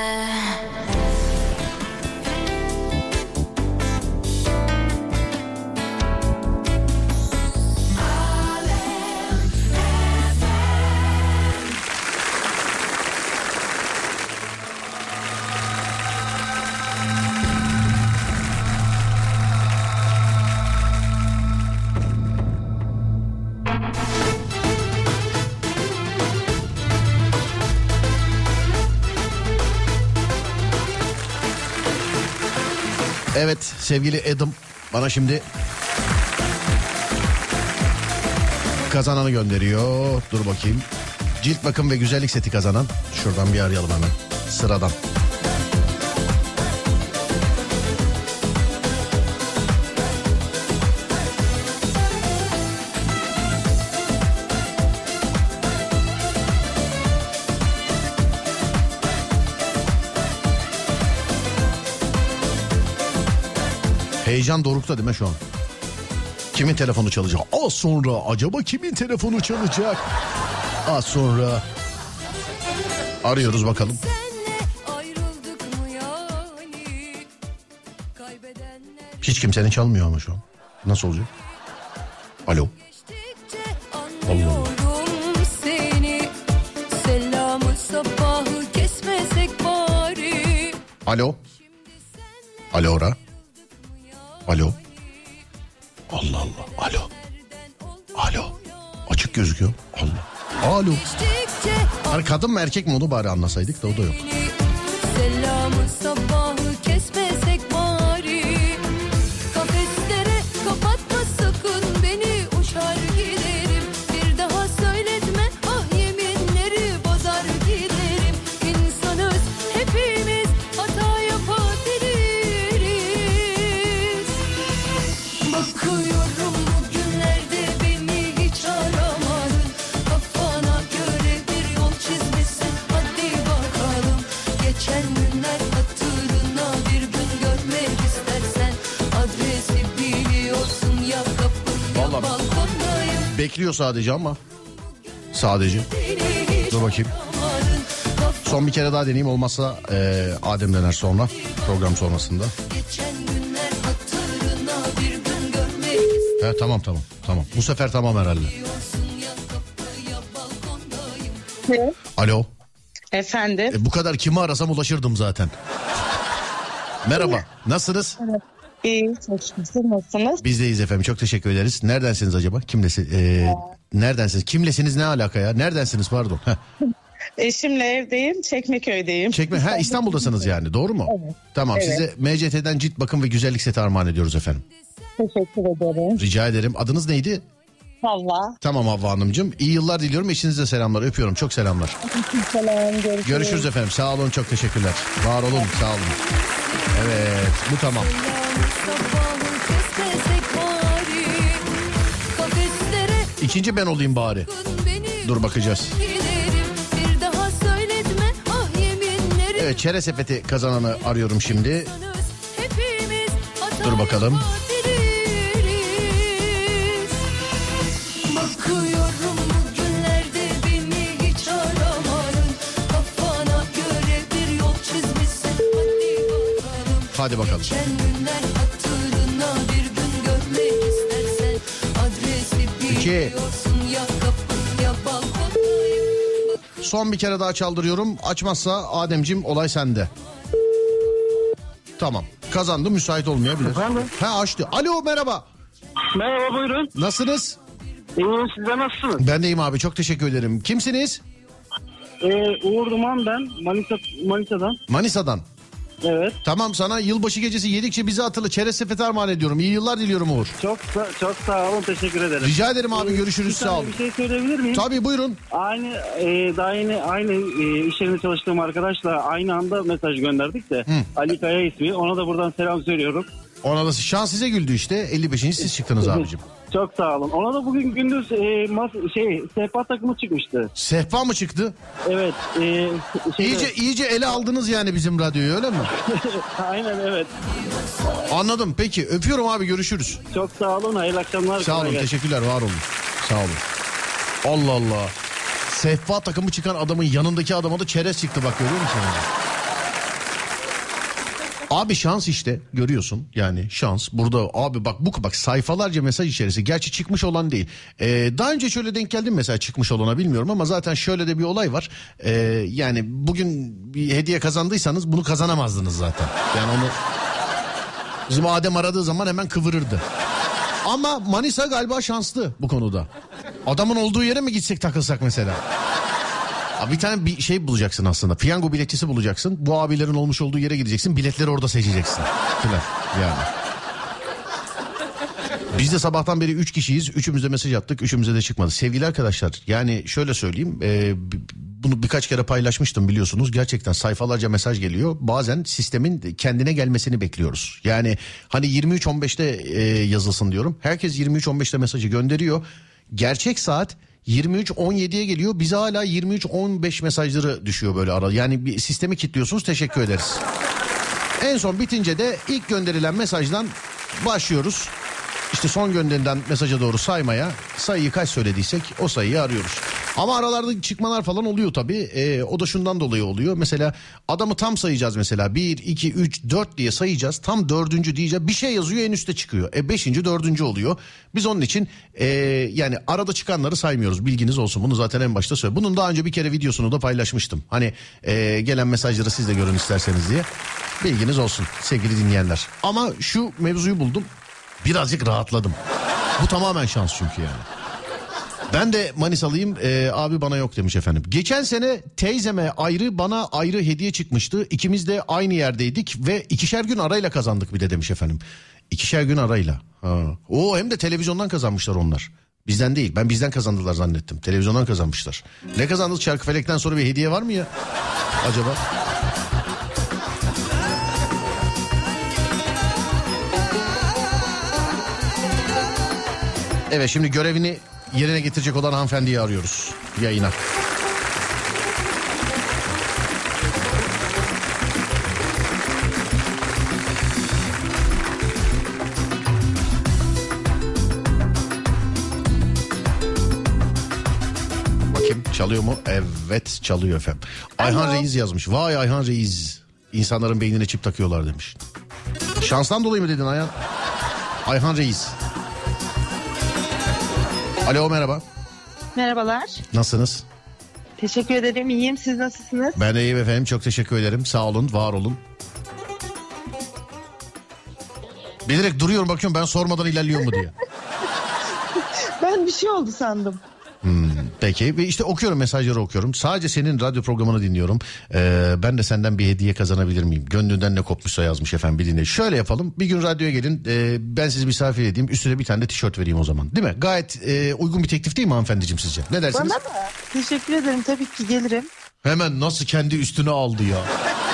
Evet sevgili Adam bana şimdi kazananı gönderiyor. Dur bakayım. Cilt bakım ve güzellik seti kazanan. Şuradan bir arayalım hemen. Sıradan. Heyecan dorukta değil mi şu an? Kimin telefonu çalacak? Az sonra acaba kimin telefonu çalacak? Az sonra arıyoruz bakalım. Hiç kimsenin çalmıyor ama şu an. Nasıl olacak? Alo. Allah. Alo. Alo ora. Alo. Allah Allah. Alo. Alo. Açık gözüküyor. Allah. Alo. Hani kadın mı erkek mi onu bari anlasaydık da o da yok. Selamı sabahı kesmesek bari. Kafeslere kapatma sakın beni, uçar giderim. Bir daha söyletme ah yeminleri, bozar giderim. İnsanız hepimiz, hata yapabiliriz. Bakıyorum bugünlerde beni hiç aramadın. Kafana göre bir yol çizmişsin, hadi bakalım. Geçen günler hatırına bir gün görmek istersen, adresi biliyorsun ya, kapın ya Vallahi balkondayım. bekliyor sadece ama. Sadece. Dur bakayım. Son bir kere daha deneyeyim, olmazsa e, Adem dener sonra program sonrasında. Geçen günler hatırına bir gün görmek istersen. He, tamam tamam tamam. Bu sefer tamam herhalde. Alo. Efendim? E, bu kadar kimi arasam ulaşırdım zaten. Merhaba. Nasılsınız? İyi, çalışmışsınız. Nasılsınız? Bizdeyiz efendim. Çok teşekkür ederiz. Neredensiniz acaba? Kimlesi? E, neredensiniz? Kimlesiniz, ne alaka ya? Neredensiniz pardon? Heh. Eşimle evdeyim, Çekmeköy'deyim. Çekme. Ha, İstanbul'dasınız yani, doğru mu? Evet. Tamam, Evet. size M C T'den cilt bakım ve güzellik seti armağan ediyoruz efendim. Teşekkür ederim. Rica ederim. Adınız neydi? Havva. Tamam Havva Hanımcığım. İyi yıllar diliyorum. Eşinize selamlar. Öpüyorum. Çok selamlar. Selam, görüşürüz. Görüşürüz efendim. Sağ olun. Çok teşekkürler. Var olun. Sağ olun. Evet. Bu tamam. İkinci ben olayım bari. Dur bakacağız. Bir daha söyletme ah yeminleri. Evet, çerez sepeti kazananı arıyorum şimdi. Dur bakalım. Bakıyorum bugünlerde beni hiç aramadın. Kafana göre bir yol çizmişsin, hadi bakalım. Hadi bakalım. Geçen günler hatırına bir gün görmek istersen, adresi biliyorsun ya, kapın ya balkondayım. Son bir kere daha çaldırıyorum. Açmazsa Ademciğim olay sende. Tamam. Kazandı, müsait olmayabilir. Efendim? Ha, açtı. Alo, merhaba. Merhaba, buyurun. Nasılsınız? İyiyim, sizler nasılsınız? Ben deyim abi, çok teşekkür ederim. Kimsiniz? Ee, Uğur Duman ben. Manisa, Manisa'dan. Manisa'dan. Evet. Tamam, sana yılbaşı gecesi yedikçe bizi hatırla çerez sepeti armağan ediyorum. İyi yıllar diliyorum Uğur. Çok çok sağ olun, teşekkür ederim. Rica ederim abi, görüşürüz, Bir sağ tane olun. Bir şey söyleyebilir miyim? Tabii, buyurun. Aynı e, daha yeni aynı e, iş yerinde çalıştığım arkadaşla aynı anda mesaj gönderdik de. Hı. Ali Kaya ismi. Ona da buradan selam söylüyorum. Ona da şans size güldü işte. elli beşinci siz çıktınız abicim. Çok sağ olun. Ona da bugün gündüz e, mas şey sehpa takımı çıkmıştı. Sehpa mı çıktı? Evet. E, şeyde... İyice iyice ele aldınız yani bizim radyoyu, öyle mi? Aynen, evet. Anladım. Peki, öpüyorum abi, görüşürüz. Çok sağ olun. Hayırlı akşamlar. Sağ olun, Kolay gelsin. teşekkürler, var olun. Sağ olun. Allah Allah. Sehpa takımı çıkan adamın yanındaki adama da çerez çıktı, bak görüyor musun? Abi şans işte, görüyorsun yani şans burada abi, bak bu bak sayfalarca mesaj içerisi, gerçi çıkmış olan değil. Ee, daha önce şöyle denk geldim mesela çıkmış olana, bilmiyorum ama zaten şöyle de bir olay var. Ee, yani bugün bir hediye kazandıysanız bunu kazanamazdınız zaten. Yani onu bizim Adem aradığı zaman hemen kıvırırdı. Ama Manisa galiba şanslı bu konuda. Adamın olduğu yere mi gitsek, takılsak mesela? Bir tane bir şey bulacaksın aslında. Piyango biletçisi bulacaksın. Bu abilerin olmuş olduğu yere gideceksin. Biletleri orada seçeceksin. Yani. Biz de sabahtan beri üç kişiyiz. Üçümüz de mesaj attık. Üçümüze de çıkmadı. Sevgili arkadaşlar, yani şöyle söyleyeyim. E, bunu birkaç kere paylaşmıştım biliyorsunuz. Gerçekten sayfalarca mesaj geliyor. Bazen sistemin kendine gelmesini bekliyoruz. Yani hani yirmi üç on beşte e, yazılsın diyorum. Herkes yirmi üç on beşte mesajı gönderiyor. Gerçek saat yirmi üç on yediye geliyor. Bize hala yirmi üç on beş mesajları düşüyor böyle ara. Yani bir sistemi kilitliyorsunuz, teşekkür ederiz. En son bitince de ilk gönderilen mesajdan başlıyoruz. İşte son gönderilen mesaja doğru saymaya, sayıyı kaç söylediysek o sayıyı arıyoruz. Ama aralarda çıkmalar falan oluyor tabii. Ee, o da şundan dolayı oluyor. Mesela adamı tam sayacağız mesela. bir, iki, üç, dört diye sayacağız. Tam dördüncü diyeceğiz. Bir şey yazıyor, en üstte çıkıyor. E beşinci, dördüncü oluyor. Biz onun için e, yani arada çıkanları saymıyoruz. Bilginiz olsun. Bunu zaten en başta söyle. Bunun daha önce bir kere videosunu da paylaşmıştım. Hani e, gelen mesajları siz de görün isterseniz diye. Bilginiz olsun sevgili dinleyenler. Ama şu mevzuyu buldum. Birazcık rahatladım. Bu tamamen şans çünkü yani. Ben de Manisalıyım, ee, abi bana yok demiş efendim. Geçen sene teyzeme ayrı, bana ayrı hediye çıkmıştı. İkimiz de aynı yerdeydik ve ikişer gün arayla kazandık bir de demiş efendim. İkişer gün arayla. Ha. Oo, hem de televizyondan kazanmışlar onlar. Bizden değil, ben bizden kazandılar zannettim. Televizyondan kazanmışlar. Ne kazandınız? Çarkıfelek'ten sonra bir hediye var mı ya acaba? Evet, şimdi görevini yerine getirecek olan hanımefendiyi arıyoruz yayına. Bakayım çalıyor mu? Evet çalıyor efendim. Ayhan Alo. Reis yazmış. Vay Ayhan Reis. İnsanların beynine çip takıyorlar demiş. Şanstan dolayı mı dedin Ayhan? Ayhan Reis. Alo, merhaba. Merhabalar. Nasılsınız? Teşekkür ederim, iyiyim. Siz nasılsınız? Ben de iyiyim efendim, çok teşekkür ederim. Sağ olun, var olun. Bilerek duruyorum, bakıyorum ben sormadan ilerliyor mu diye. Ben bir şey oldu sandım. Hmm, peki işte okuyorum, mesajları okuyorum. Sadece senin radyo programını dinliyorum. Ee, ben de senden bir hediye kazanabilir miyim? Gönlünden ne kopmuşsa yazmış efendim, bir dinle. Şöyle yapalım, bir gün radyoya gelin, e, ben sizi misafir edeyim, üstüne bir tane de tişört vereyim o zaman, değil mi? Gayet e, uygun bir teklif değil mi hanımefendiciğim sizce? Ne dersiniz? Bana da. Teşekkür ederim, tabii ki gelirim. Hemen nasıl kendi üstüne aldı ya.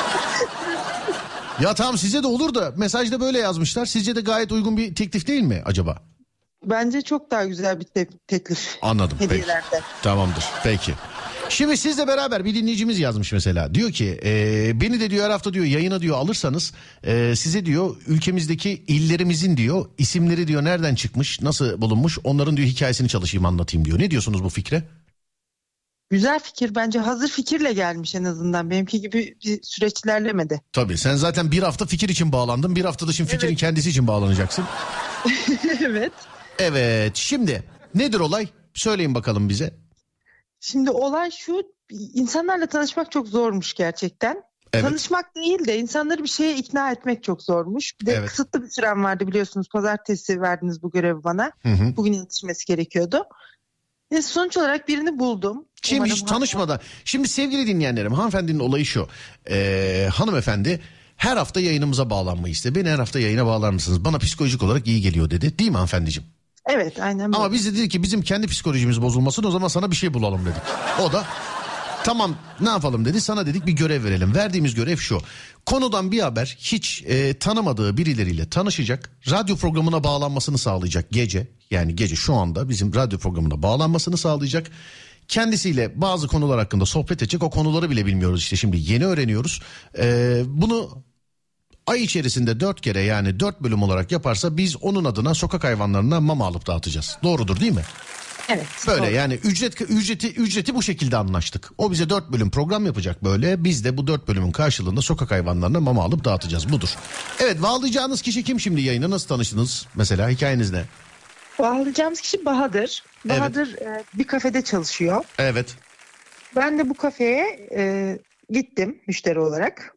Ya tamam, size de olur da mesajda böyle yazmışlar. Sizce de gayet uygun bir teklif değil mi acaba? Bence çok daha güzel bir te- teklif. Anladım. Hediyelerde. Peki. Tamamdır. Peki. Şimdi sizle beraber bir dinleyicimiz yazmış mesela. Diyor ki e, beni de diyor her hafta diyor yayına diyor alırsanız e, size diyor ülkemizdeki illerimizin diyor isimleri diyor nereden çıkmış, nasıl bulunmuş, onların diyor hikayesini çalışayım, anlatayım diyor. Ne diyorsunuz bu fikre? Güzel fikir bence, hazır fikirle gelmiş en azından. Benimki gibi bir süreç ilerlemedi. Tabii sen zaten bir hafta fikir için bağlandın. Bir hafta da şimdi fikrin evet. kendisi için bağlanacaksın. Evet. Evet, şimdi nedir olay? Söyleyin bakalım bize. Şimdi olay şu, insanlarla tanışmak çok zormuş gerçekten. Evet. Tanışmak değil de insanları bir şeye ikna etmek çok zormuş. Bir de evet. kısıtlı bir sürem vardı biliyorsunuz. Pazartesi verdiniz bu görevi bana. Hı hı. Bugün yetişmesi gerekiyordu. Ve sonuç olarak birini buldum. Şimdi Umarım hiç tanışmadan. Şimdi sevgili dinleyenlerim, hanımefendinin olayı şu. Ee, hanımefendi her hafta yayınımıza bağlanmayı istedi. Beni her hafta yayına bağlar mısınız? Bana psikolojik olarak iyi geliyor dedi. Değil mi hanımefendiciğim? Evet, aynen böyle. Ama biz de dedik ki bizim kendi psikolojimiz bozulmasın, o zaman sana bir şey bulalım dedik. O da tamam ne yapalım dedi, sana dedik bir görev verelim. Verdiğimiz görev şu: konudan bir haber, hiç e, tanımadığı birileriyle tanışacak, radyo programına bağlanmasını sağlayacak gece, yani gece şu anda bizim radyo programına bağlanmasını sağlayacak. Kendisiyle bazı konular hakkında sohbet edecek, o konuları bile bilmiyoruz işte şimdi yeni öğreniyoruz. E, bunu ay içerisinde dört kere, yani dört bölüm olarak yaparsa biz onun adına sokak hayvanlarına mama alıp dağıtacağız. Doğrudur değil mi? Evet. Böyle doğru. yani ücret ücreti ücreti bu şekilde anlaştık. O bize dört bölüm program yapacak böyle. Biz de bu dört bölümün karşılığında sokak hayvanlarına mama alıp dağıtacağız. Budur. Evet, bağlayacağınız kişi kim şimdi yayına? Nasıl tanıştınız? Mesela hikayeniz ne? Bağlayacağımız kişi Bahadır. Bahadır evet. e, bir kafede çalışıyor. Evet. Ben de bu kafeye e, gittim müşteri olarak.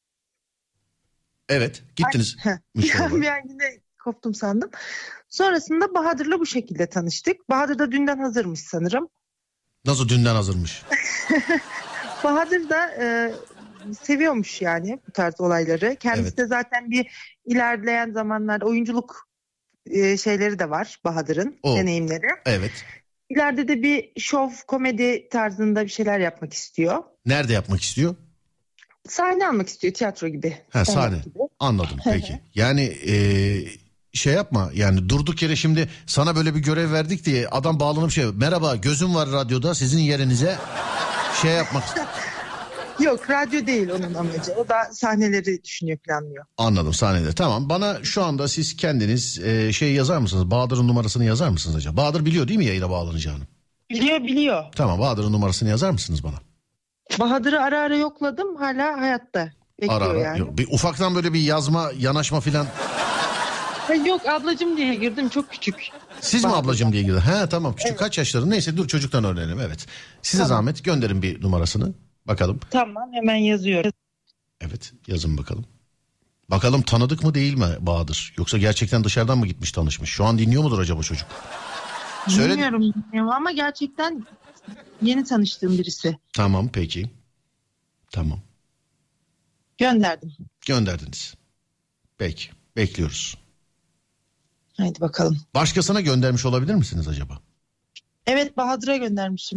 Evet, gittiniz müşteri olarak. Bir an yine koptum sandım. Sonrasında Bahadır'la bu şekilde tanıştık. Bahadır da dünden hazırmış sanırım. Nasıl dünden hazırmış? Bahadır da e, seviyormuş yani bu tarz olayları. Kendisi evet. de zaten bir ilerleyen zamanlarda oyunculuk e, şeyleri de var Bahadır'ın o. deneyimleri. Evet. İleride de bir şov, komedi tarzında bir şeyler yapmak istiyor. Nerede yapmak istiyor? Sahne almak istiyor, tiyatro gibi. Ha, sahne. Gibi. Anladım peki. Yani e, şey yapma yani durduk yere şimdi sana böyle bir görev verdik diye adam bağlanıp şey merhaba gözüm var radyoda sizin yerinize şey yapmak istiyor. Yok, radyo değil onun amacı. O da sahneleri düşünüyor, planlıyor. Anladım, sahneleri. Tamam, bana şu anda siz kendiniz e, şey yazar mısınız? Bahadır'ın numarasını yazar mısınız acaba? Bahadır biliyor değil mi yayına bağlanacağını? Biliyor biliyor. Tamam, Bahadır'ın numarasını yazar mısınız bana? Bahadır'ı ara ara yokladım, hala hayatta. Bekliyor ara ara. Yani. Yok, bir, ufaktan böyle bir yazma, yanaşma filan. Yok, ablacım diye girdim, çok küçük. Siz Bahadır. mi ablacım diye girdin? He tamam, küçük evet. Kaç yaşları? Neyse dur çocuktan öğrenelim, evet. Size tamam. zahmet gönderin bir numarasını. Bakalım. Tamam, hemen yazıyorum. Evet, yazın bakalım. Bakalım tanıdık mı değil mi Bahadır? Yoksa gerçekten dışarıdan mı gitmiş tanışmış? Şu an dinliyor mudur acaba çocuk? Bilmiyorum, bilmiyorum ama gerçekten yeni tanıştığım birisi. Tamam peki. Tamam. Gönderdim. Gönderdiniz. Peki, bekliyoruz. Haydi bakalım. Başkasına göndermiş olabilir misiniz acaba? Evet, Bahadır'a göndermişim.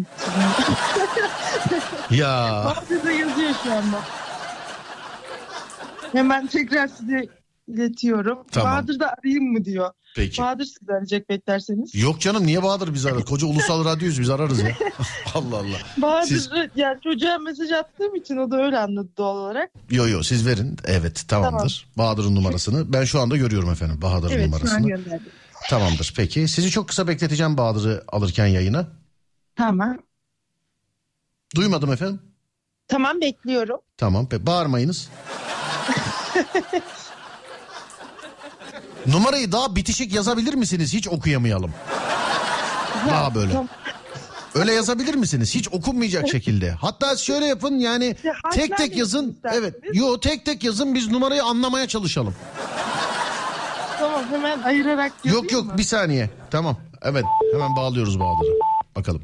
Ya. Bahadır da yazıyor şu anda. Hemen tekrar size iletiyorum. Tamam. Bahadır da arayayım mı diyor. Peki. Bahadır sizi arayacak beklerseniz. Yok canım, niye Bahadır bizi arar? Koca ulusal radyoyuz, biz ararız ya. Allah Allah. Bahadır siz... yani çocuğa mesaj attığım için o da öyle anladı doğal olarak. Yo yo siz verin. Evet tamamdır. Tamam. Bahadır'ın numarasını. Ben şu anda görüyorum efendim Bahadır'ın evet, numarasını. Evet şu an gönderdim. Tamamdır peki. Sizi çok kısa bekleteceğim Bahadır'ı alırken yayına. Tamam. Duymadım efendim. Tamam, bekliyorum. Tamam. Bağırmayınız. Numarayı daha bitişik yazabilir misiniz? Hiç okuyamayalım. Daha böyle. Tamam. Öyle yazabilir misiniz? Hiç okunmayacak şekilde. Hatta şöyle yapın yani tek tek yazın. Evet. Yo tek tek yazın, biz numarayı anlamaya çalışalım. Tamam, hemen ayırarak yazayım Yok yok mı? Bir saniye. Tamam. Evet. Hemen bağlıyoruz Bahadır'ı. Bakalım.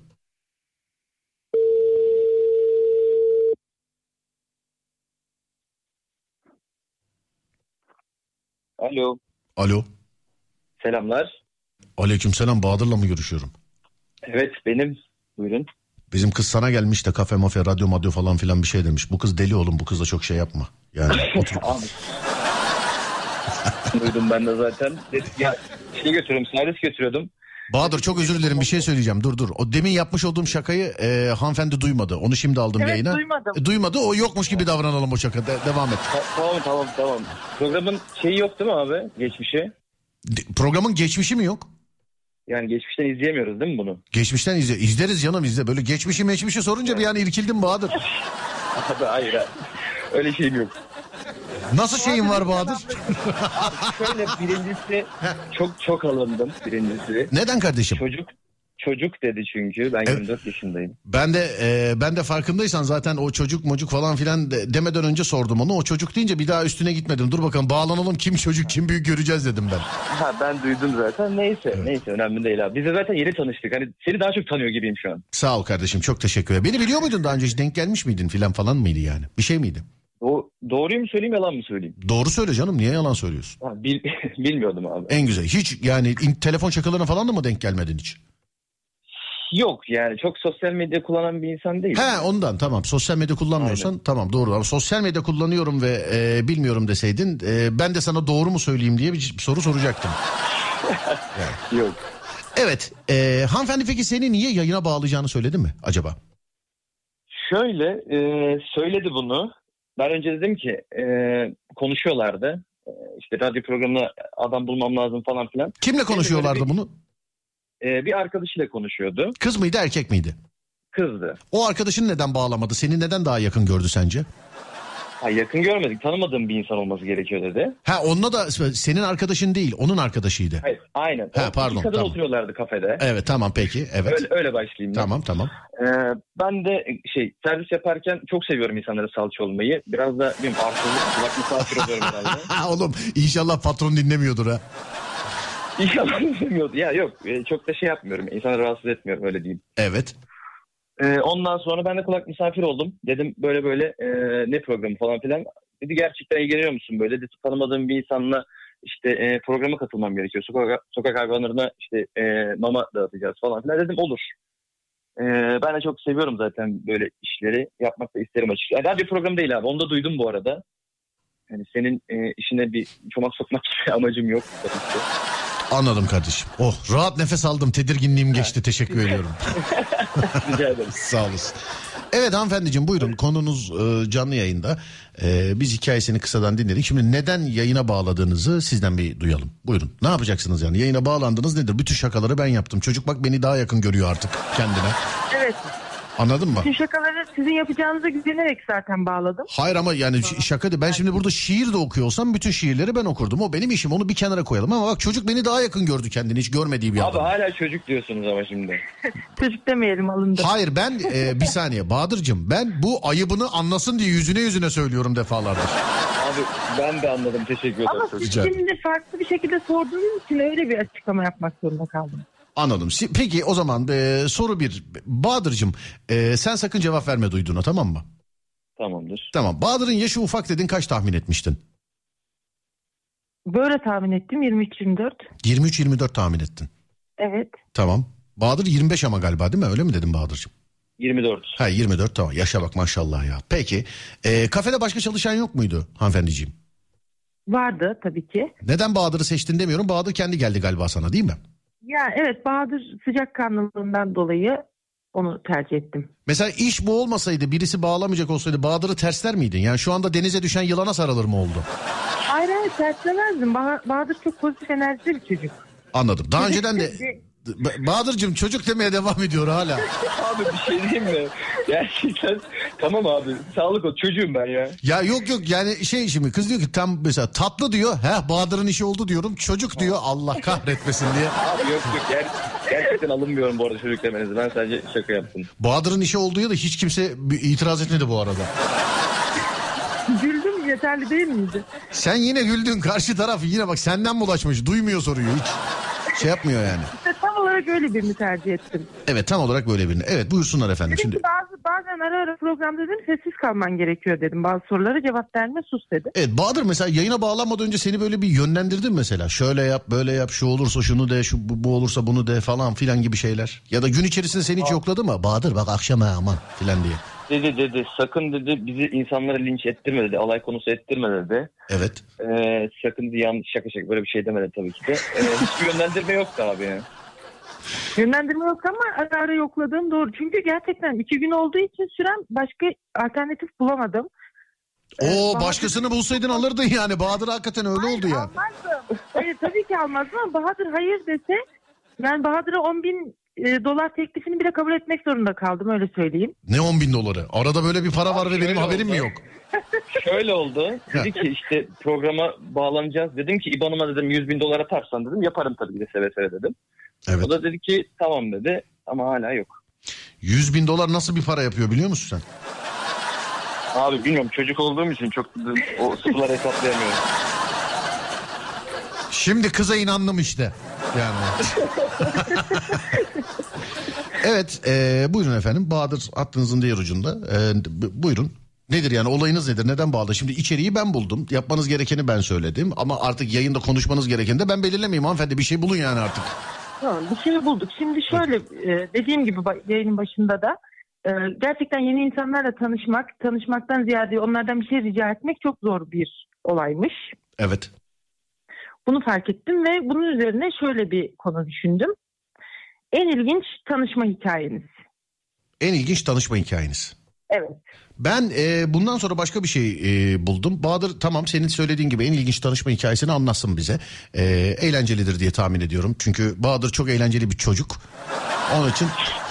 Alo. Alo. Selamlar. Aleykümselam, Bahadır'la mı görüşüyorum? Evet benim. Buyurun. Bizim kız sana gelmiş de kafe mafya radyo madyo falan filan bir şey demiş. Bu kız deli oğlum, bu kızla çok şey yapma. Yani otur. Duydum ben de zaten. Ya şey götürüyorum, servis götürüyordum. Bahadır çok özür dilerim, bir şey söyleyeceğim, dur dur. O demin yapmış olduğum şakayı e, hanımefendi duymadı. Onu şimdi aldım evet, yayına. Duymadım. E, duymadı, o yokmuş gibi davranalım o şaka. De, devam et. Ta- tamam tamam tamam. Programın şeyi yok değil mi abi? Geçmişi. De, programın geçmişi mi yok? Yani geçmişten izleyemiyoruz değil mi bunu? Geçmişten izle, izleriz canım izle. Böyle geçmişi meçmişi sorunca bir yani irkildim Bahadır. Abi hayır abi. Öyle şeyim yok. Nasıl şeyin var Bahadır? Abi şöyle, birincisi çok çok alındım birincisi. Neden kardeşim? Çocuk çocuk dedi çünkü ben evet. yirmi dört yaşındayım. Ben de e, ben de farkındaysan zaten o çocuk mocuk falan filan de, demeden önce sordum onu. O çocuk deyince bir daha üstüne gitmedim. Dur bakalım bağlanalım, kim çocuk kim büyük göreceğiz dedim ben. Ha ben duydum zaten. Neyse evet. neyse önemli değil abi. Biz de zaten yeni tanıştık. Hani seni daha çok tanıyor gibiyim şu an. Sağ ol kardeşim, çok teşekkür ederim. Beni biliyor muydun daha önce, hiç denk gelmiş miydin filan falan mıydı yani? Bir şey miydi? O doğruyu mu söyleyeyim yalan mı söyleyeyim? Doğru söyle canım, niye yalan söylüyorsun? Ha, bil, bilmiyordum abi. En güzel. Hiç yani in, telefon şakalarına falan da mı denk gelmedin hiç? Yok yani çok sosyal medya kullanan bir insan değilim. He ondan tamam, sosyal medya kullanmıyorsan aynen. Tamam doğru, ama sosyal medya kullanıyorum ve e, bilmiyorum deseydin e, ben de sana doğru mu söyleyeyim diye bir soru soracaktım. Yani. Yok. Evet e, hanımefendi peki seni niye yayına bağlayacağını söyledi mi acaba? Şöyle e, söyledi bunu. Ben önce dedim ki e, konuşuyorlardı. E, işte radyo programına adam bulmam lazım falan filan. Kimle konuşuyorlardı bir, bunu? e, bir arkadaşıyla konuşuyordu. Kız mıydı erkek miydi? Kızdı. O arkadaşın neden bağlamadı? Seni neden daha yakın gördü sence? Ha, yakın görmedik. Tanımadığım bir insan olması gerekiyor dedi. Ha, onunla da senin arkadaşın değil, onun arkadaşıydı. Hayır, aynen. Ha, pardon. İki kadın tamam. oturuyorlardı kafede. Evet, tamam, peki. Evet. Öyle, öyle başlayayım. Tamam, ben. tamam. Ee, ben de şey servis yaparken çok seviyorum insanlara salça olmayı. Biraz da bilmiyorum arsızlık, kulak misafir oluyorum herhalde. Oğlum inşallah patron dinlemiyordur ha. İnşallah dinlemiyordu. Ya yok, çok da şey yapmıyorum. İnsanları rahatsız etmiyorum, öyle diyeyim. Evet. Ee, ondan sonra ben de kulak misafir oldum. Dedim böyle böyle e, ne programı falan filan. Dedi gerçekten ilgileniyor musun böyle? Dedi tanımadığım bir insanla işte e, programa katılmam gerekiyor. Sokak, sokak hayvanlarına işte e, mama dağıtacağız falan filan. Dedim olur. E, ben de çok seviyorum zaten böyle işleri. Yapmak da isterim açıkçası. Yani radyo programı değil abi. Onu da duydum bu arada. Yani senin e, işine bir çomak sokmak gibi amacım yok. Anladım kardeşim. Oh, rahat nefes aldım. Tedirginliğim geçti. Teşekkür ediyorum. Rica ederim. Sağ olasın. Evet hanımefendiciğim, buyurun. Konunuz e, canlı yayında. E, biz hikayesini kısadan dinledik. Şimdi neden yayına bağladığınızı sizden bir duyalım. Buyurun. Ne yapacaksınız yani? Yayına bağlandınız nedir? Bütün şakaları ben yaptım. Çocuk bak beni daha yakın görüyor artık kendine. Evet. Anladın mı? Bütün şakaları sizin yapacağınıza güvenerek zaten bağladım. Hayır ama yani ş- şaka değil. Ben şimdi burada şiir de okuyorsam bütün şiirleri ben okurdum. O benim işim, onu bir kenara koyalım. Ama bak çocuk beni daha yakın gördü kendini, hiç görmediği bir Abi adam. hala çocuk diyorsunuz ama şimdi. Çocuk demeyelim, alındı. Hayır ben e, bir saniye Bahadır'cığım, ben bu ayıbını anlasın diye yüzüne yüzüne söylüyorum defalardır. Abi ben de anladım, teşekkür ederim. Ama siz şimdi farklı bir şekilde sorduğunuz için öyle bir açıklama yapmak zorunda kaldım. Anladım. Peki o zaman e, soru bir. Bahadır'cığım e, sen sakın cevap verme duyduğuna, tamam mı? Tamamdır. Tamam. Bahadır'ın yaşı ufak dedin, kaç tahmin etmiştin? Böyle tahmin ettim, yirmi üç yirmi dört. yirmi üç yirmi dört tahmin ettin. Evet. Tamam. Bahadır yirmi beş ama galiba, değil mi? Öyle mi dedim Bahadır'cığım? yirmi dört. Ha yirmi dört, tamam. Yaşa bak maşallah ya. Peki e, kafede başka çalışan yok muydu hanımefendiciğim? Vardı tabii ki. Neden Bahadır'ı seçtin demiyorum. Bahadır kendi geldi galiba sana, değil mi? Ya evet, Bahadır sıcakkanlılığından dolayı onu tercih ettim. Mesela iş bu olmasaydı, birisi bağlamayacak olsaydı Bahadır'ı tersler miydin? Yani şu anda denize düşen yılana sarılır mı oldu? Hayır hayır, terslemezdim. Bah- Bahadır çok pozitif enerjili bir çocuk. Anladım. Daha önceden de Bahadır'cığım çocuk demeye devam ediyor hala. Abi bir şey diyeyim mi? Gerçekten tamam abi, sağlık ol, çocuğum ben ya. Ya yok yok yani şey, şimdi kız diyor ki tam mesela tatlı diyor. Heh Bahadır'ın işi oldu diyorum. Çocuk diyor, Allah kahretmesin diye. Abi yok yok ger- gerçekten alınmıyorum bu arada çocuk demenizi. Ben sadece şaka yaptım. Bahadır'ın işi olduğu da hiç kimse itiraz etmedi bu arada. Güldüm, yeterli değil miydi? Sen yine güldün, karşı taraf yine bak senden bulaşmış, duymuyor soruyu hiç. Şey yapmıyor yani. İşte tam olarak öyle birini tercih ettim. Evet, tam olarak böyle birini. Evet, buyursunlar efendim. Dedim Şimdi ki bazı, bazen ara ara programda dedim sessiz kalman gerekiyor dedim. Bazı sorulara cevap verme, sus dedi. evet, Bahadır mesela yayına bağlanmadan önce seni böyle bir yönlendirdin mesela. Şöyle yap, böyle yap, şu olursa şunu de, şu bu, bu olursa bunu de falan filan gibi şeyler. Ya da gün içerisinde seni hiç yokladı mı? Bahadır bak akşam ha aman filan diye. Dedi dedi sakın dedi bizi insanlara linç ettirme dedi. Alay konusu ettirme dedi. Evet. Ee, sakın dedi, yanlış şaka şaka böyle bir şey demedi tabii ki de. Ee, hiçbir yönlendirme yoktu abi ya. Yönlendirme yok ama ara ara yokladığım doğru. Çünkü gerçekten iki gün olduğu için süren başka alternatif bulamadım. Oo Bahadır... başkasını bulsaydın alırdın yani. Bahadır hakikaten öyle hayır, oldu ya. Almazdım. Hayır tabii ki almazdım ama Bahadır hayır dese ben Bahadır'a on bin e, dolar teklifini bile kabul etmek zorunda kaldım, öyle söyleyeyim. Ne on bin doları? Arada böyle bir para var Abi ve benim haberim oldu. mi yok? Şöyle oldu. Dedi ki işte programa bağlanacağız. Dedim ki İBAN'ıma dedim yüz bin dolar atarsan dedim yaparım tabii de seve seve dedim. Evet. O da dedi ki tamam dedi ama hala yok. yüz bin dolar nasıl bir para yapıyor biliyor musun sen? Abi bilmiyorum, çocuk olduğum için çok o sıfırları hesaplayamıyorum. Şimdi kıza inandım işte. Yani. Evet e, buyurun efendim. Bahadır hattınızın diğer ucunda. E, b- buyurun. Nedir yani, olayınız nedir? Neden bağlı? Şimdi içeriği ben buldum. Yapmanız gerekeni ben söyledim. Ama artık yayında konuşmanız gerekeni de ben belirlemeyeyim hanımefendi. Bir şey bulun yani artık. Tamam, bir şey bulduk. Şimdi şöyle e, dediğim gibi yayının başında da e, gerçekten yeni insanlarla tanışmak, tanışmaktan ziyade onlardan bir şey rica etmek çok zor bir olaymış. Evet. Bunu fark ettim ve bunun üzerine şöyle bir konu düşündüm. En ilginç tanışma hikayeniz. En ilginç tanışma hikayeniz. Evet. Ben e, bundan sonra başka bir şey e, buldum. Bahadır tamam senin söylediğin gibi en ilginç tanışma hikayesini anlatsın bize. E, eğlencelidir diye tahmin ediyorum. Çünkü Bahadır çok eğlenceli bir çocuk. Onun için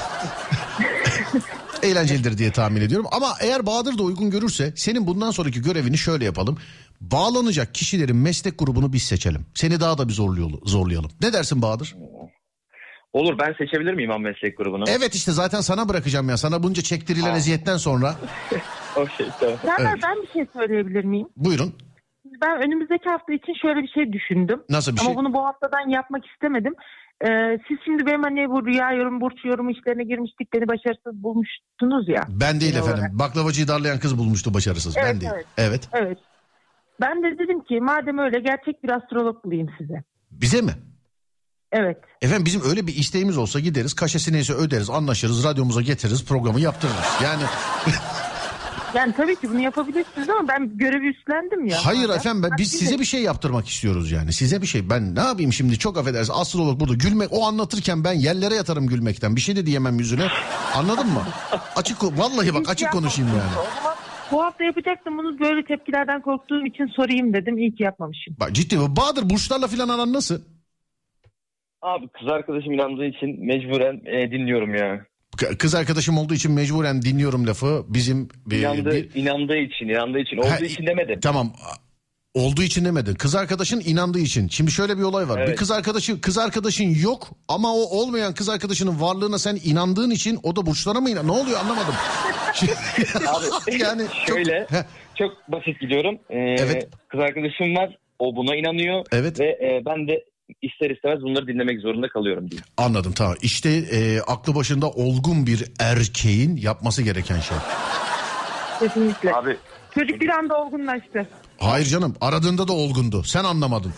eğlencelidir diye tahmin ediyorum. Ama eğer Bahadır da uygun görürse senin bundan sonraki görevini şöyle yapalım. Bağlanacak kişilerin meslek grubunu biz seçelim. Seni daha da bir zorlayalım. Ne dersin Bahadır? Olur, ben seçebilir miyim abi meslek grubunu? Evet işte zaten sana bırakacağım ya. Sana bunca çektirilen ha. eziyetten sonra. Okey tamam. Evet. Ben bir şey söyleyebilir miyim? Buyurun. Ben önümüzdeki hafta için şöyle bir şey düşündüm. Nasıl bir Ama şey? bunu bu haftadan yapmak istemedim. Ee, siz şimdi benim hani bu rüya yorum, burç yorumu işlerine girmiştik. Beni başarısız bulmuştunuz ya. Ben değil efendim. Olarak. Baklavacıyı darlayan kız bulmuştu başarısız. Evet, ben değil. Evet. evet. Evet. Ben de dedim ki madem öyle gerçek bir astrolog bulayım size. Bize mi? Evet. Efendim bizim öyle bir isteğimiz olsa gideriz, kaşesi neyse öderiz, anlaşırız, radyomuza getiririz, programı yaptırırız. Yani yani tabii ki bunu yapabilirsiniz ama ben görevi üstlendim ya. Hayır madem. efendim ben, biz size bir şey yaptırmak istiyoruz yani. Size bir şey. Ben ne yapayım şimdi, çok affedersin, astrolog burada gülmek, o anlatırken ben yerlere yatarım gülmekten. Bir şey de diyemem yüzüne. Anladın mı? Açık vallahi bak açık konuşayım yani. Bu hafta yapacaktım bunu, böyle tepkilerden korktuğum için sorayım dedim. İyi ki yapmamışım. Bak ciddi mi? Bahadır burçlarla filan aran nasıl? Abi kız arkadaşım inandığı için mecburen e, dinliyorum ya. Kız arkadaşım olduğu için mecburen dinliyorum lafı. Bizim bir, İnandığı, bir... inandığı için, inandığı için. Olduğu ha, için demedim. Tamam. Olduğu için demedin. Kız arkadaşın inandığı için. Şimdi şöyle bir olay var. Evet. Bir kız arkadaşı, kız arkadaşın yok ama o olmayan kız arkadaşının varlığına sen inandığın için o da burçlara mı inan? Ne oluyor anlamadım. Abi yani şöyle çok, çok basit gidiyorum. Ee, evet. Kız arkadaşım var. O buna inanıyor. Evet. Ve e, ben de ister istemez bunları dinlemek zorunda kalıyorum diye. Anladım, tamam. İşte e, aklı başında olgun bir erkeğin yapması gereken şey. Kesinlikle. Abi çocuk bir anda olgunlaştı. Hayır canım, aradığında da olgundu. Sen anlamadın.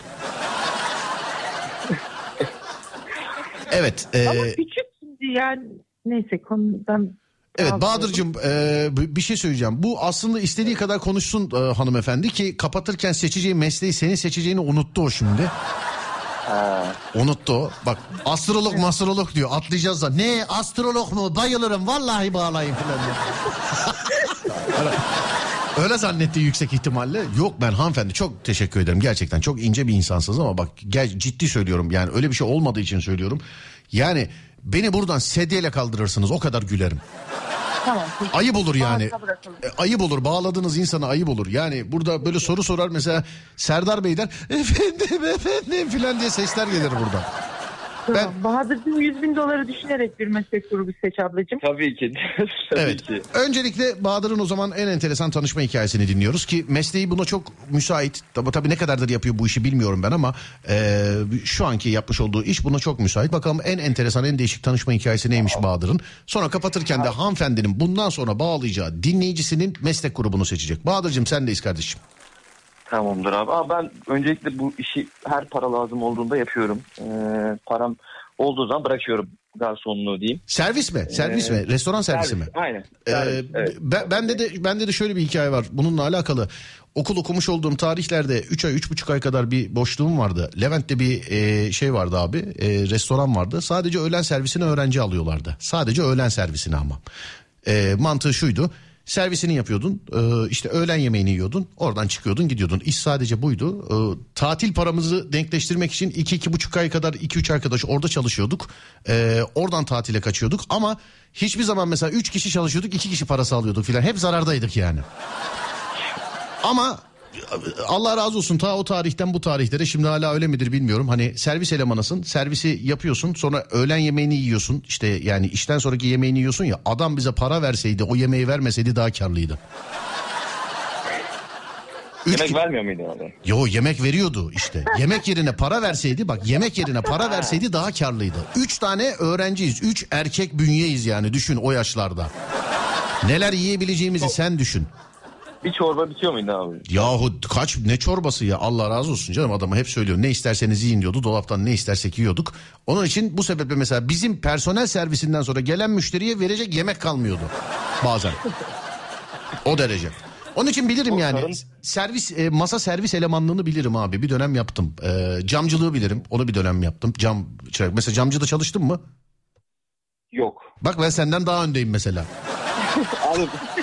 Evet. E... Ama küçük şimdi yani. Neyse konudan... Evet Bahadır'cığım e, bir şey söyleyeceğim. Bu aslında istediği kadar konuşsun e, hanımefendi ki kapatırken seçeceği mesleği senin seçeceğini unuttu o şimdi. Ha. Unuttu o. Bak astrolog mastrolog diyor, atlayacağız da. Ne astrolog mu, bayılırım vallahi, bağlayayım falan diye. Öyle zannetti yüksek ihtimalle. Yok ben hanımefendi çok teşekkür ederim. Gerçekten çok ince bir insansınız ama bak gel, ciddi söylüyorum. Yani öyle bir şey olmadığı için söylüyorum. Yani beni buradan sedyeyle kaldırırsınız, o kadar gülerim. Tamam. Ayıp olur yani. E, ayıp olur, bağladığınız insana ayıp olur. Yani burada böyle soru sorar mesela Serdar Bey'den efendim efendim filan diye sesler gelir buradan. Tamam. Ben... Bahadır'cığım yüz bin doları düşünerek bir meslek grubu seç ablacığım. Tabii ki. Tabii evet. ki. Öncelikle Bahadır'ın o zaman en enteresan tanışma hikayesini dinliyoruz ki mesleği buna çok müsait. Tabii, tabii ne kadardır yapıyor bu işi bilmiyorum ben ama e, şu anki yapmış olduğu iş buna çok müsait. Bakalım en enteresan, en değişik tanışma hikayesi neymiş Bahadır'ın. Sonra kapatırken de hanımefendinin bundan sonra bağlayacağı dinleyicisinin meslek grubunu seçecek. Bahadır'cığım sendeyiz kardeşim. Tamamdır abi. Aa, ben öncelikle bu işi her para lazım olduğunda yapıyorum. Ee, param olduğu zaman bırakıyorum garsonluğu diyeyim. Servis mi? Servis ee, mi? Restoran servisi servis, mi? Aynen. Ee, servis, evet. ben, bende de bende de şöyle bir hikaye var. Bununla alakalı. Okul okumuş olduğum tarihlerde üç ay üç buçuk ay kadar bir boşluğum vardı. Levent'te bir e, şey vardı abi. E, restoran vardı. Sadece öğlen servisine öğrenci alıyorlardı. Sadece öğlen servisine ama. E, mantığı şuydu. Servisini yapıyordun, e, işte öğlen yemeğini yiyordun, oradan çıkıyordun gidiyordun. İş sadece buydu. E, tatil paramızı denkleştirmek için iki iki buçuk ay kadar iki üç arkadaş orada çalışıyorduk. E, oradan tatile kaçıyorduk ama hiçbir zaman mesela üç kişi çalışıyorduk, iki kişi parası alıyorduk filan. Hep zarardaydık yani. Ama Allah razı olsun ta o tarihten bu tarihlere, şimdi hala öyle midir bilmiyorum. Hani servis elemanısın, servisi yapıyorsun, sonra öğlen yemeğini yiyorsun. İşte yani işten sonraki yemeğini yiyorsun ya, adam bize para verseydi, o yemeği vermeseydi daha karlıydı. Yemek Üç... vermiyor muydu abi? Yo, yemek veriyordu işte. Yemek yerine para verseydi, bak yemek yerine para verseydi daha karlıydı. Üç tane öğrenciyiz, üç erkek bünyeyiz yani, düşün o yaşlarda. Neler yiyebileceğimizi sen düşün. Bir çorba bitiyor muydu abi? Yahu kaç, ne çorbası ya, Allah razı olsun canım, adama hep söylüyorum ne isterseniz yiyin diyordu, dolaptan ne istersek yiyorduk. Onun için bu sebeple mesela bizim personel servisinden sonra gelen müşteriye verecek yemek kalmıyordu bazen. O derece. Onun için bilirim yani servis e, masa servis elemanlığını bilirim abi, bir dönem yaptım. E, camcılığı bilirim, onu bir dönem yaptım. Cam çırak. Mesela camcıda çalıştın mı? Yok. Bak ben senden daha öndeyim mesela. Abi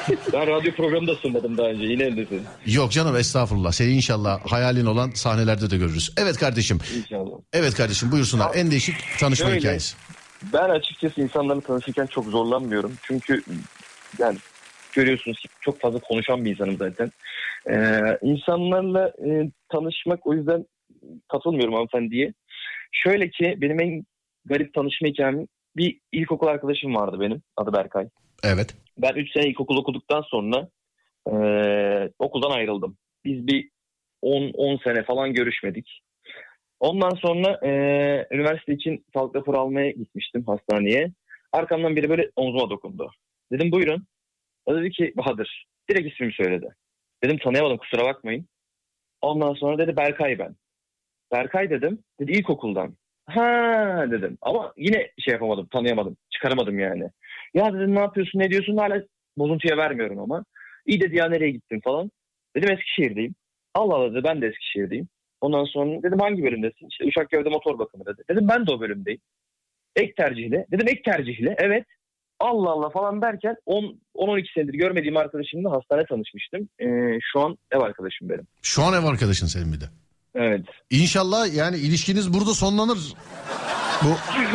Ben radyo programı da sunmadım daha önce. Yine evdesin. Yok canım, estağfurullah. Seni inşallah hayalin olan sahnelerde de görürüz. Evet kardeşim. İnşallah. Evet kardeşim, buyursunlar. Abi, en değişik tanışma şöyle, hikayesi. Ben açıkçası insanlarla tanışırken çok zorlanmıyorum. Çünkü yani görüyorsunuz ki çok fazla konuşan bir insanım zaten. Ee, insanlarla e, tanışmak, o yüzden katılmıyorum hanımefendiye. Şöyle ki benim en garip tanışma hikayem, bir ilkokul arkadaşım vardı benim. Adı Berkay. Evet. Ben üç sene ilkokul okuduktan sonra e, okuldan ayrıldım. Biz bir on sene falan görüşmedik. Ondan sonra e, üniversite için sağlık raporu almaya gitmiştim hastaneye. Arkamdan biri böyle omzuma dokundu. Dedim buyurun. O dedi ki Bahadır. Direkt ismimi söyledi. Dedim tanıyamadım, kusura bakmayın. Ondan sonra dedi Berkay ben. Berkay dedim. Dedi ilkokuldan. Ha dedim. Ama yine şey yapamadım, tanıyamadım. Çıkaramadım yani. Ya dedim ne yapıyorsun, ne diyorsun, hala bozuntuya vermiyorum ama. İyi dedi ya, nereye gittin falan. Dedim Eskişehir'deyim. Allah Allah dedi, ben de Eskişehir'deyim. Ondan sonra dedim hangi bölümdesin? İşte Uşak Gövde Motor Bakımı dedi. Dedim ben de o bölümdeyim. Ek tercihle. Dedim ek tercihle. Evet. Allah Allah falan derken on on iki senedir görmediğim arkadaşımla hastanede tanışmıştım. Ee, şu an ev arkadaşım benim. Şu an ev arkadaşın senin bir de. Evet. İnşallah yani ilişkiniz burada sonlanır. Bu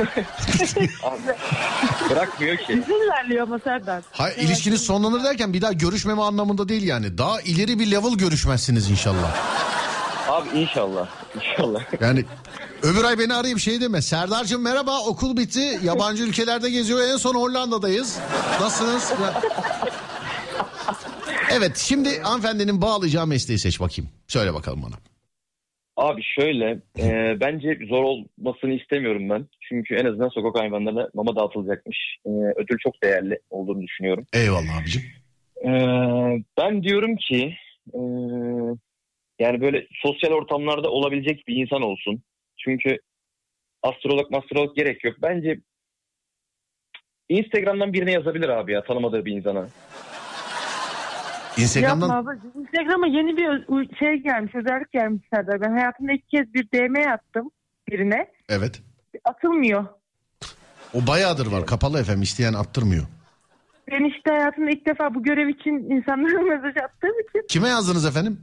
bırakmıyor ki. Güzel ilerliyor ama Serdar. Hayır, evet. İlişkiniz sonlanır derken bir daha görüşmeme anlamında değil yani. Daha ileri bir level görüşmezsiniz inşallah. Abi inşallah. İnşallah. Yani öbür ay beni arayıp şey deme. Serdar'cığım merhaba, okul bitti. Yabancı ülkelerde geziyor. En son Hollanda'dayız. Nasılsınız? Evet, şimdi hanımefendinin bağlayacağı mesleği seç bakayım. Söyle bakalım bana. Abi şöyle, e, bence zor olmasını istemiyorum ben. Çünkü en azından sokak hayvanlarına mama dağıtılacakmış. E, ödül çok değerli olduğunu düşünüyorum. Eyvallah abicim. E, ben diyorum ki, e, yani böyle sosyal ortamlarda olabilecek bir insan olsun. Çünkü astrolog astrolog gerek yok. Bence Instagram'dan birine yazabilir abi ya, tanımadığı bir insana. Instagram'dan... Yapma abi. Instagram'a yeni bir şey gelmiş, özellik gelmiş Serdar. Ben hayatımda ilk kez bir D M attım birine. Evet. Atılmıyor. O bayağıdır var. Kapalı efendim, isteyen attırmıyor. Ben işte hayatımda ilk defa bu görev için insanlara mesaj attığım için. Kime yazdınız efendim?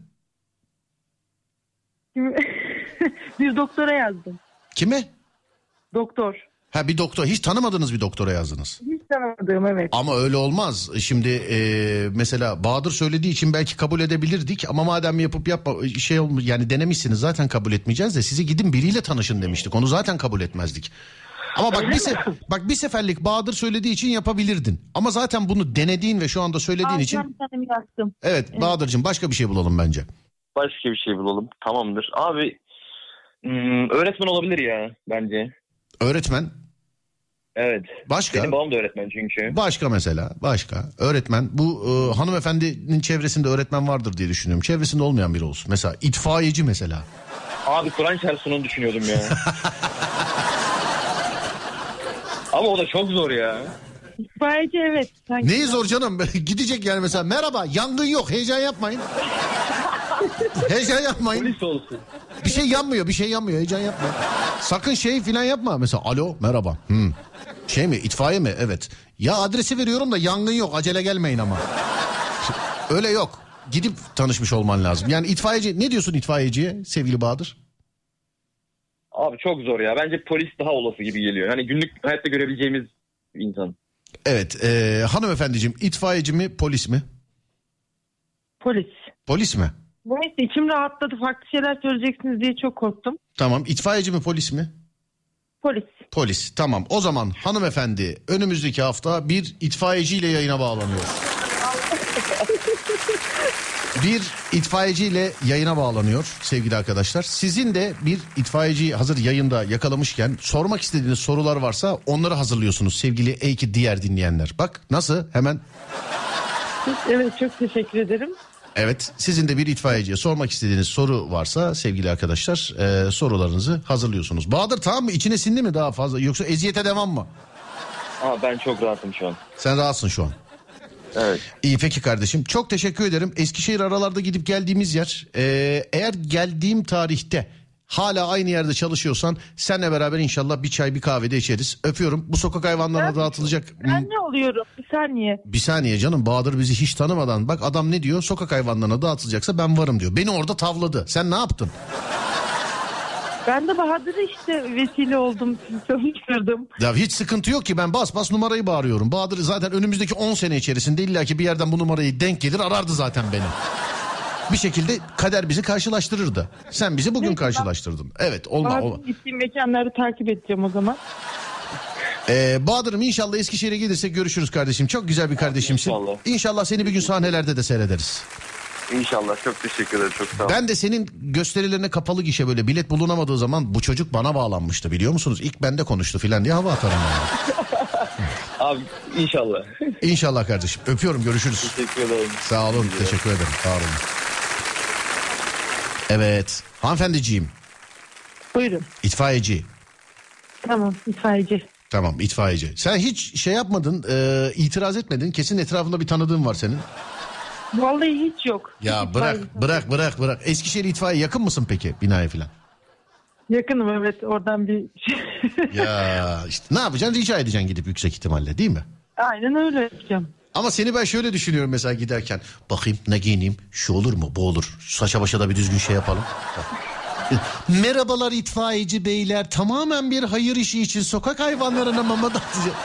Bir doktora yazdım. Kime? Doktor. Ha, bir doktor. Hiç tanımadığınız bir doktora yazdınız. Hiç tanımadığım, evet. Ama öyle olmaz. Şimdi e, mesela Bahadır söylediği için belki kabul edebilirdik. Ama madem yapıp yapma şey olmuş, yani denemişsiniz, zaten kabul etmeyeceğiz de sizi gidin biriyle tanışın demiştik. Onu zaten kabul etmezdik. Ama bak bir, se- bak bir seferlik Bahadır söylediği için yapabilirdin. Ama zaten bunu denediğin ve şu anda söylediğin Aa, için. Evet, evet Bahadır'cığım, başka bir şey bulalım bence. Başka bir şey bulalım. Tamamdır. Abi ım, öğretmen olabilir ya bence. Öğretmen? Evet. Başka? Benim babam da öğretmen çünkü. Başka mesela, başka. Öğretmen. Bu e, hanımefendinin çevresinde öğretmen vardır diye düşünüyorum. Çevresinde olmayan biri olsun. Mesela itfaiyeci mesela. Abi Kur'an çarpsın düşünüyordum ya. Ama o da çok zor ya. İtfaiyeci, evet. Sanki. Neyi zor canım? Gidecek yani mesela. Merhaba, yangın yok, heyecan yapmayın. Heyecan yapmayın. Polis olsun. Bir şey yanmıyor, bir şey yanmıyor, heyecan yapmayın. Sakın şey filan yapma. Mesela alo, merhaba. Hmm. Şey mi, itfaiye mi? Evet. Ya adresi veriyorum da yangın yok, acele gelmeyin ama. Öyle yok. Gidip tanışmış olman lazım. Yani itfaiyeci, ne diyorsun itfaiyeciye sevgili Bahadır? Abi çok zor ya. Bence polis daha olası gibi geliyor. Hani günlük hayatta görebileceğimiz bir insan. Evet. E, hanımefendiciğim, itfaiyeci mi, polis mi? Polis. Polis mi? Neyse, içim rahatladı. Farklı şeyler söyleyeceksiniz diye çok korktum. Tamam. İtfaiyeci mi, polis mi? Polis. Polis. Tamam. O zaman hanımefendi önümüzdeki hafta bir itfaiyeciyle yayına bağlanıyor. Bir itfaiyeciyle yayına bağlanıyor sevgili arkadaşlar. Sizin de bir itfaiyeci hazır yayında yakalamışken sormak istediğiniz sorular varsa onları hazırlıyorsunuz sevgili ey ki diğer dinleyenler. Bak nasıl hemen. Evet, çok teşekkür ederim. Evet, sizin de bir itfaiyeciye sormak istediğiniz soru varsa sevgili arkadaşlar e, sorularınızı hazırlıyorsunuz. Bahadır tamam mı? İçine sindi mi daha fazla yoksa eziyete devam mı? Aa, ben çok rahatım şu an. Sen rahatsın şu an. Evet. İyi peki kardeşim. Çok teşekkür ederim. Eskişehir aralarda gidip geldiğimiz yer. Ee, eğer geldiğim tarihte Hala aynı yerde çalışıyorsan seninle beraber inşallah bir çay bir kahvede içeriz. Öpüyorum. Bu sokak hayvanlarına ben, dağıtılacak... Ben ne oluyorum? Bir saniye. Bir saniye canım, Bahadır bizi hiç tanımadan bak adam ne diyor? Sokak hayvanlarına dağıtılacaksa ben varım diyor. Beni orada tavladı. Sen ne yaptın? Ben de Bahadır'a işte vesile oldum, çalıştırdım. Ya hiç sıkıntı yok ki, ben bas bas numarayı bağırıyorum. Bahadır zaten önümüzdeki on sene içerisinde illaki bir yerden bu numarayı denk gelir arardı zaten beni. Bir şekilde kader bizi karşılaştırırdı. Sen bizi bugün karşılaştırdın. Evet, olma. Bahadır'ın gittiğim mekanları takip edeceğim o zaman. Ee, Bahadır'ım inşallah Eskişehir'e gelirsek görüşürüz kardeşim. Çok güzel bir kardeşimsin. İnşallah. İnşallah seni bir gün sahnelerde de seyrederiz. İnşallah, çok teşekkür ederim, çok sağ ol. Ben de senin gösterilerine kapalı gişe böyle bilet bulunamadığı zaman bu çocuk bana bağlanmıştı biliyor musunuz? İlk bende konuştu filan diye hava atarım yani. Abi inşallah. İnşallah kardeşim. Öpüyorum, görüşürüz. Teşekkür ederim. Sağ olun, teşekkür ederim. Sağ olun. Evet, hanımefendiciğim. Buyurun. İtfaiyeci. Tamam, itfaiyeci. Tamam, itfaiyeci. Sen hiç şey yapmadın, e, itiraz etmedin. Kesin etrafında bir tanıdığın var senin. Vallahi hiç yok. Ya hiç bırak, itfaiye. bırak, bırak, bırak. Eskişehir itfaiye yakın mısın peki binaya falan? Yakınım, evet, oradan bir şey. Ya işte ne yapacaksın? Rica edeceksin gidip yüksek ihtimalle, değil mi? Aynen öyle yapacağım. Ama seni ben şöyle düşünüyorum mesela giderken. Bakayım ne giyineyim? Şu olur mu? Bu olur. Saça başa da bir düzgün şey yapalım. Merhabalar itfaiyeci beyler. Tamamen bir hayır işi için sokak hayvanlarına mama dağıtacağım.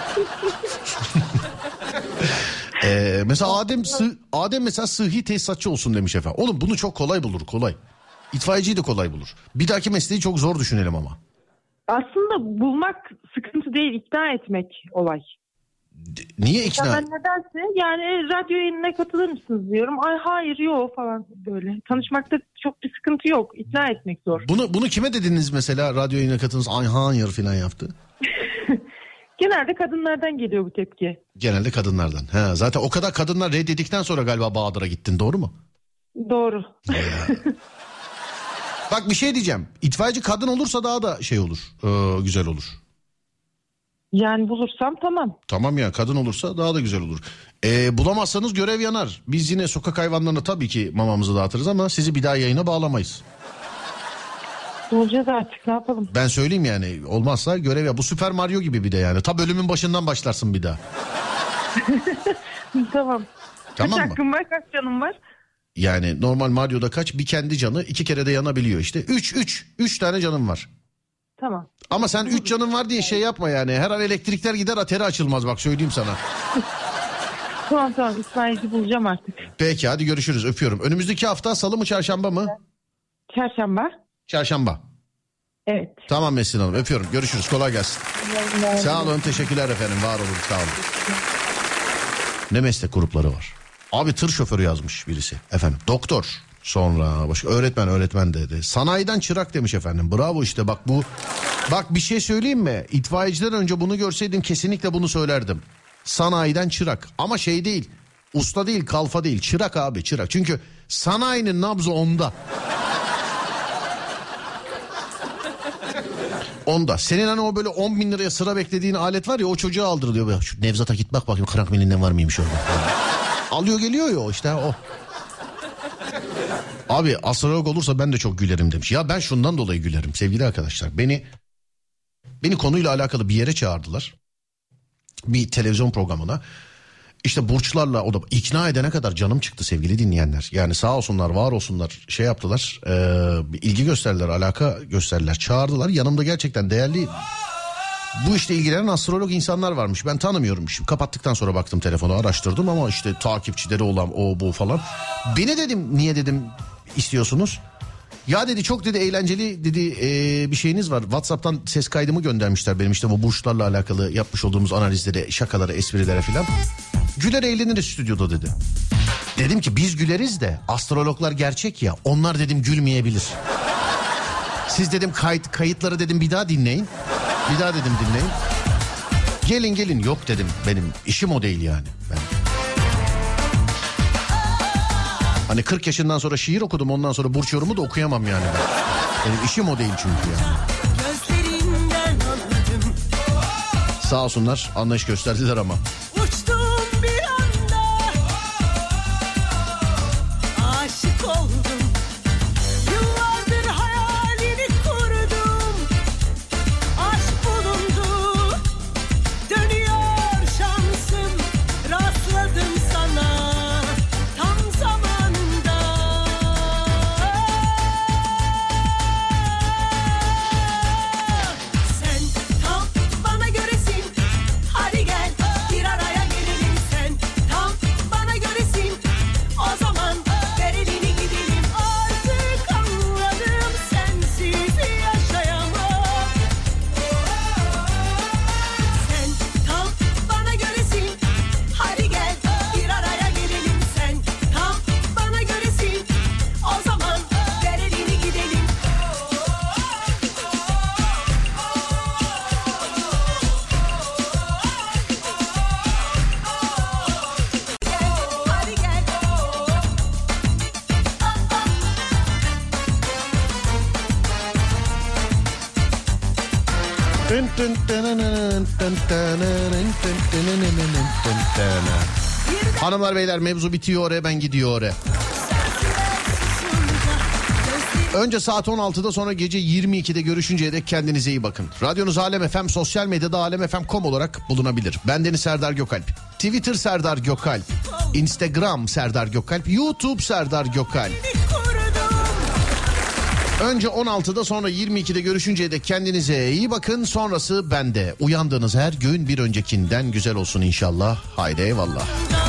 ee, mesela Adem sı- Adem mesela sıhhi tesisatçı olsun demiş efendim. Oğlum bunu çok kolay bulur, kolay. İtfaiyeciyi de kolay bulur. Bir dahaki mesleği çok zor düşünelim ama. Aslında bulmak sıkıntı değil, ikna etmek olay. De, niye ikna? Ya ben nedense yani radyo yayınına katılır mısınız diyorum. Ay hayır yok falan böyle. Tanışmakta çok bir sıkıntı yok. İkna etmek zor. Bunu bunu kime dediniz mesela, radyo yayınına katılınız? Ay hayır falan yaptı. Genelde kadınlardan geliyor bu tepki. Genelde kadınlardan. He, zaten o kadar kadınlar reddedikten sonra galiba Bahadır'a gittin, doğru mu? Doğru. Bak bir şey diyeceğim. İtfaiyeci kadın olursa daha da şey olur. Ee, güzel olur. Yani bulursam tamam. Tamam ya, kadın olursa daha da güzel olur. Ee, bulamazsanız görev yanar. Biz yine sokak hayvanlarına tabii ki mamamızı dağıtırız ama sizi bir daha yayına bağlamayız. Bulacağız artık, ne yapalım. Ben söyleyeyim yani, olmazsa görev ya. Bu Süper Mario gibi bir de yani. Ta bölümün başından başlarsın bir daha. Tamam. Tamam kaç mı? hakkım var, kaç canım var? Yani normal Mario'da kaç? Bir kendi canı, iki kere de yanabiliyor işte. Üç, üç. Üç tane canım var. Tamam. Ama sen üç canın var diye şey yapma yani. Her an elektrikler gider, ateri açılmaz, bak söyleyeyim sana. Tamam tamam, İsmail'i bulacağım artık. Peki hadi görüşürüz, öpüyorum. Önümüzdeki hafta salı mı çarşamba mı? Çarşamba. Çarşamba. Evet. Tamam Meslin Hanım, öpüyorum, görüşürüz, kolay gelsin. Sağ olun, teşekkürler efendim, var olun, sağ olun. Ne meslek grupları var? Abi tır şoförü yazmış birisi efendim, doktor, sonra başka öğretmen, öğretmen dedi. Sanayiden çırak demiş efendim, bravo işte, bak bu, bak bir şey söyleyeyim mi? İtfaiyeciden önce bunu görseydim kesinlikle bunu söylerdim. Sanayiden çırak, ama şey değil, usta değil, kalfa değil, çırak abi, çırak. Çünkü sanayinin nabzı onda. Onda. Senin hani o böyle on bin liraya sıra beklediğin alet var ya, o çocuğa aldırılıyor. Şu Nevzat'a git bak bakayım krank milinden var mıymış orada. Alıyor geliyor ya o işte o. Abi astrolog olursa ben de çok gülerim demiş. Ya ben şundan dolayı gülerim sevgili arkadaşlar. Beni beni konuyla alakalı bir yere çağırdılar. Bir televizyon programına. İşte burçlarla o da ikna edene kadar canım çıktı sevgili dinleyenler. Yani sağ olsunlar, var olsunlar, şey yaptılar, e, bir ilgi gösterdiler, alaka gösterdiler, çağırdılar. Yanımda gerçekten değerli, bu işte ilgilenen astrolog insanlar varmış. Ben tanımıyorum. Şimdi kapattıktan sonra baktım telefonu, araştırdım ama işte takipçileri olan o bu falan. Beni dedim, niye dedim istiyorsunuz? Ya dedi çok dedi eğlenceli dedi ee, bir şeyiniz var. WhatsApp'tan ses kaydımı göndermişler benim işte bu burçlarla alakalı yapmış olduğumuz analizleri, şakaları, esprilere filan. Güler eğleniriz stüdyoda dedi. Dedim ki biz güleriz de astrologlar gerçek ya, onlar dedim gülmeyebilir. Siz dedim kayıt, kayıtları dedim bir daha dinleyin. Bir daha dedim dinleyin. Gelin gelin, yok dedim benim işim o değil yani. Ben... Hani kırk yaşından sonra şiir okudum, ondan sonra burç yorumu da okuyamam yani ben. Benim işim o değil çünkü yani. Sağ olsunlar anlayış gösterdiler ama. Uçtum bir anda, aşık oldum. Yıllardır hayalini Hanımlar beyler mevzu bitiyor oraya, ben gidiyor oraya. Önce saat on altıda, sonra gece yirmi ikide görüşünceye dek kendinize iyi bakın. Radyonuz Alem F M, sosyal medyada alem f m nokta com olarak bulunabilir. Bendeniz Serdar Gökalp. Twitter Serdar Gökalp. Instagram Serdar Gökalp. YouTube Serdar Gökalp. Önce on altıda, sonra yirmi ikide görüşünceye dek kendinize iyi bakın. Sonrası bende. Uyandığınız her gün bir öncekinden güzel olsun inşallah. Haydi eyvallah.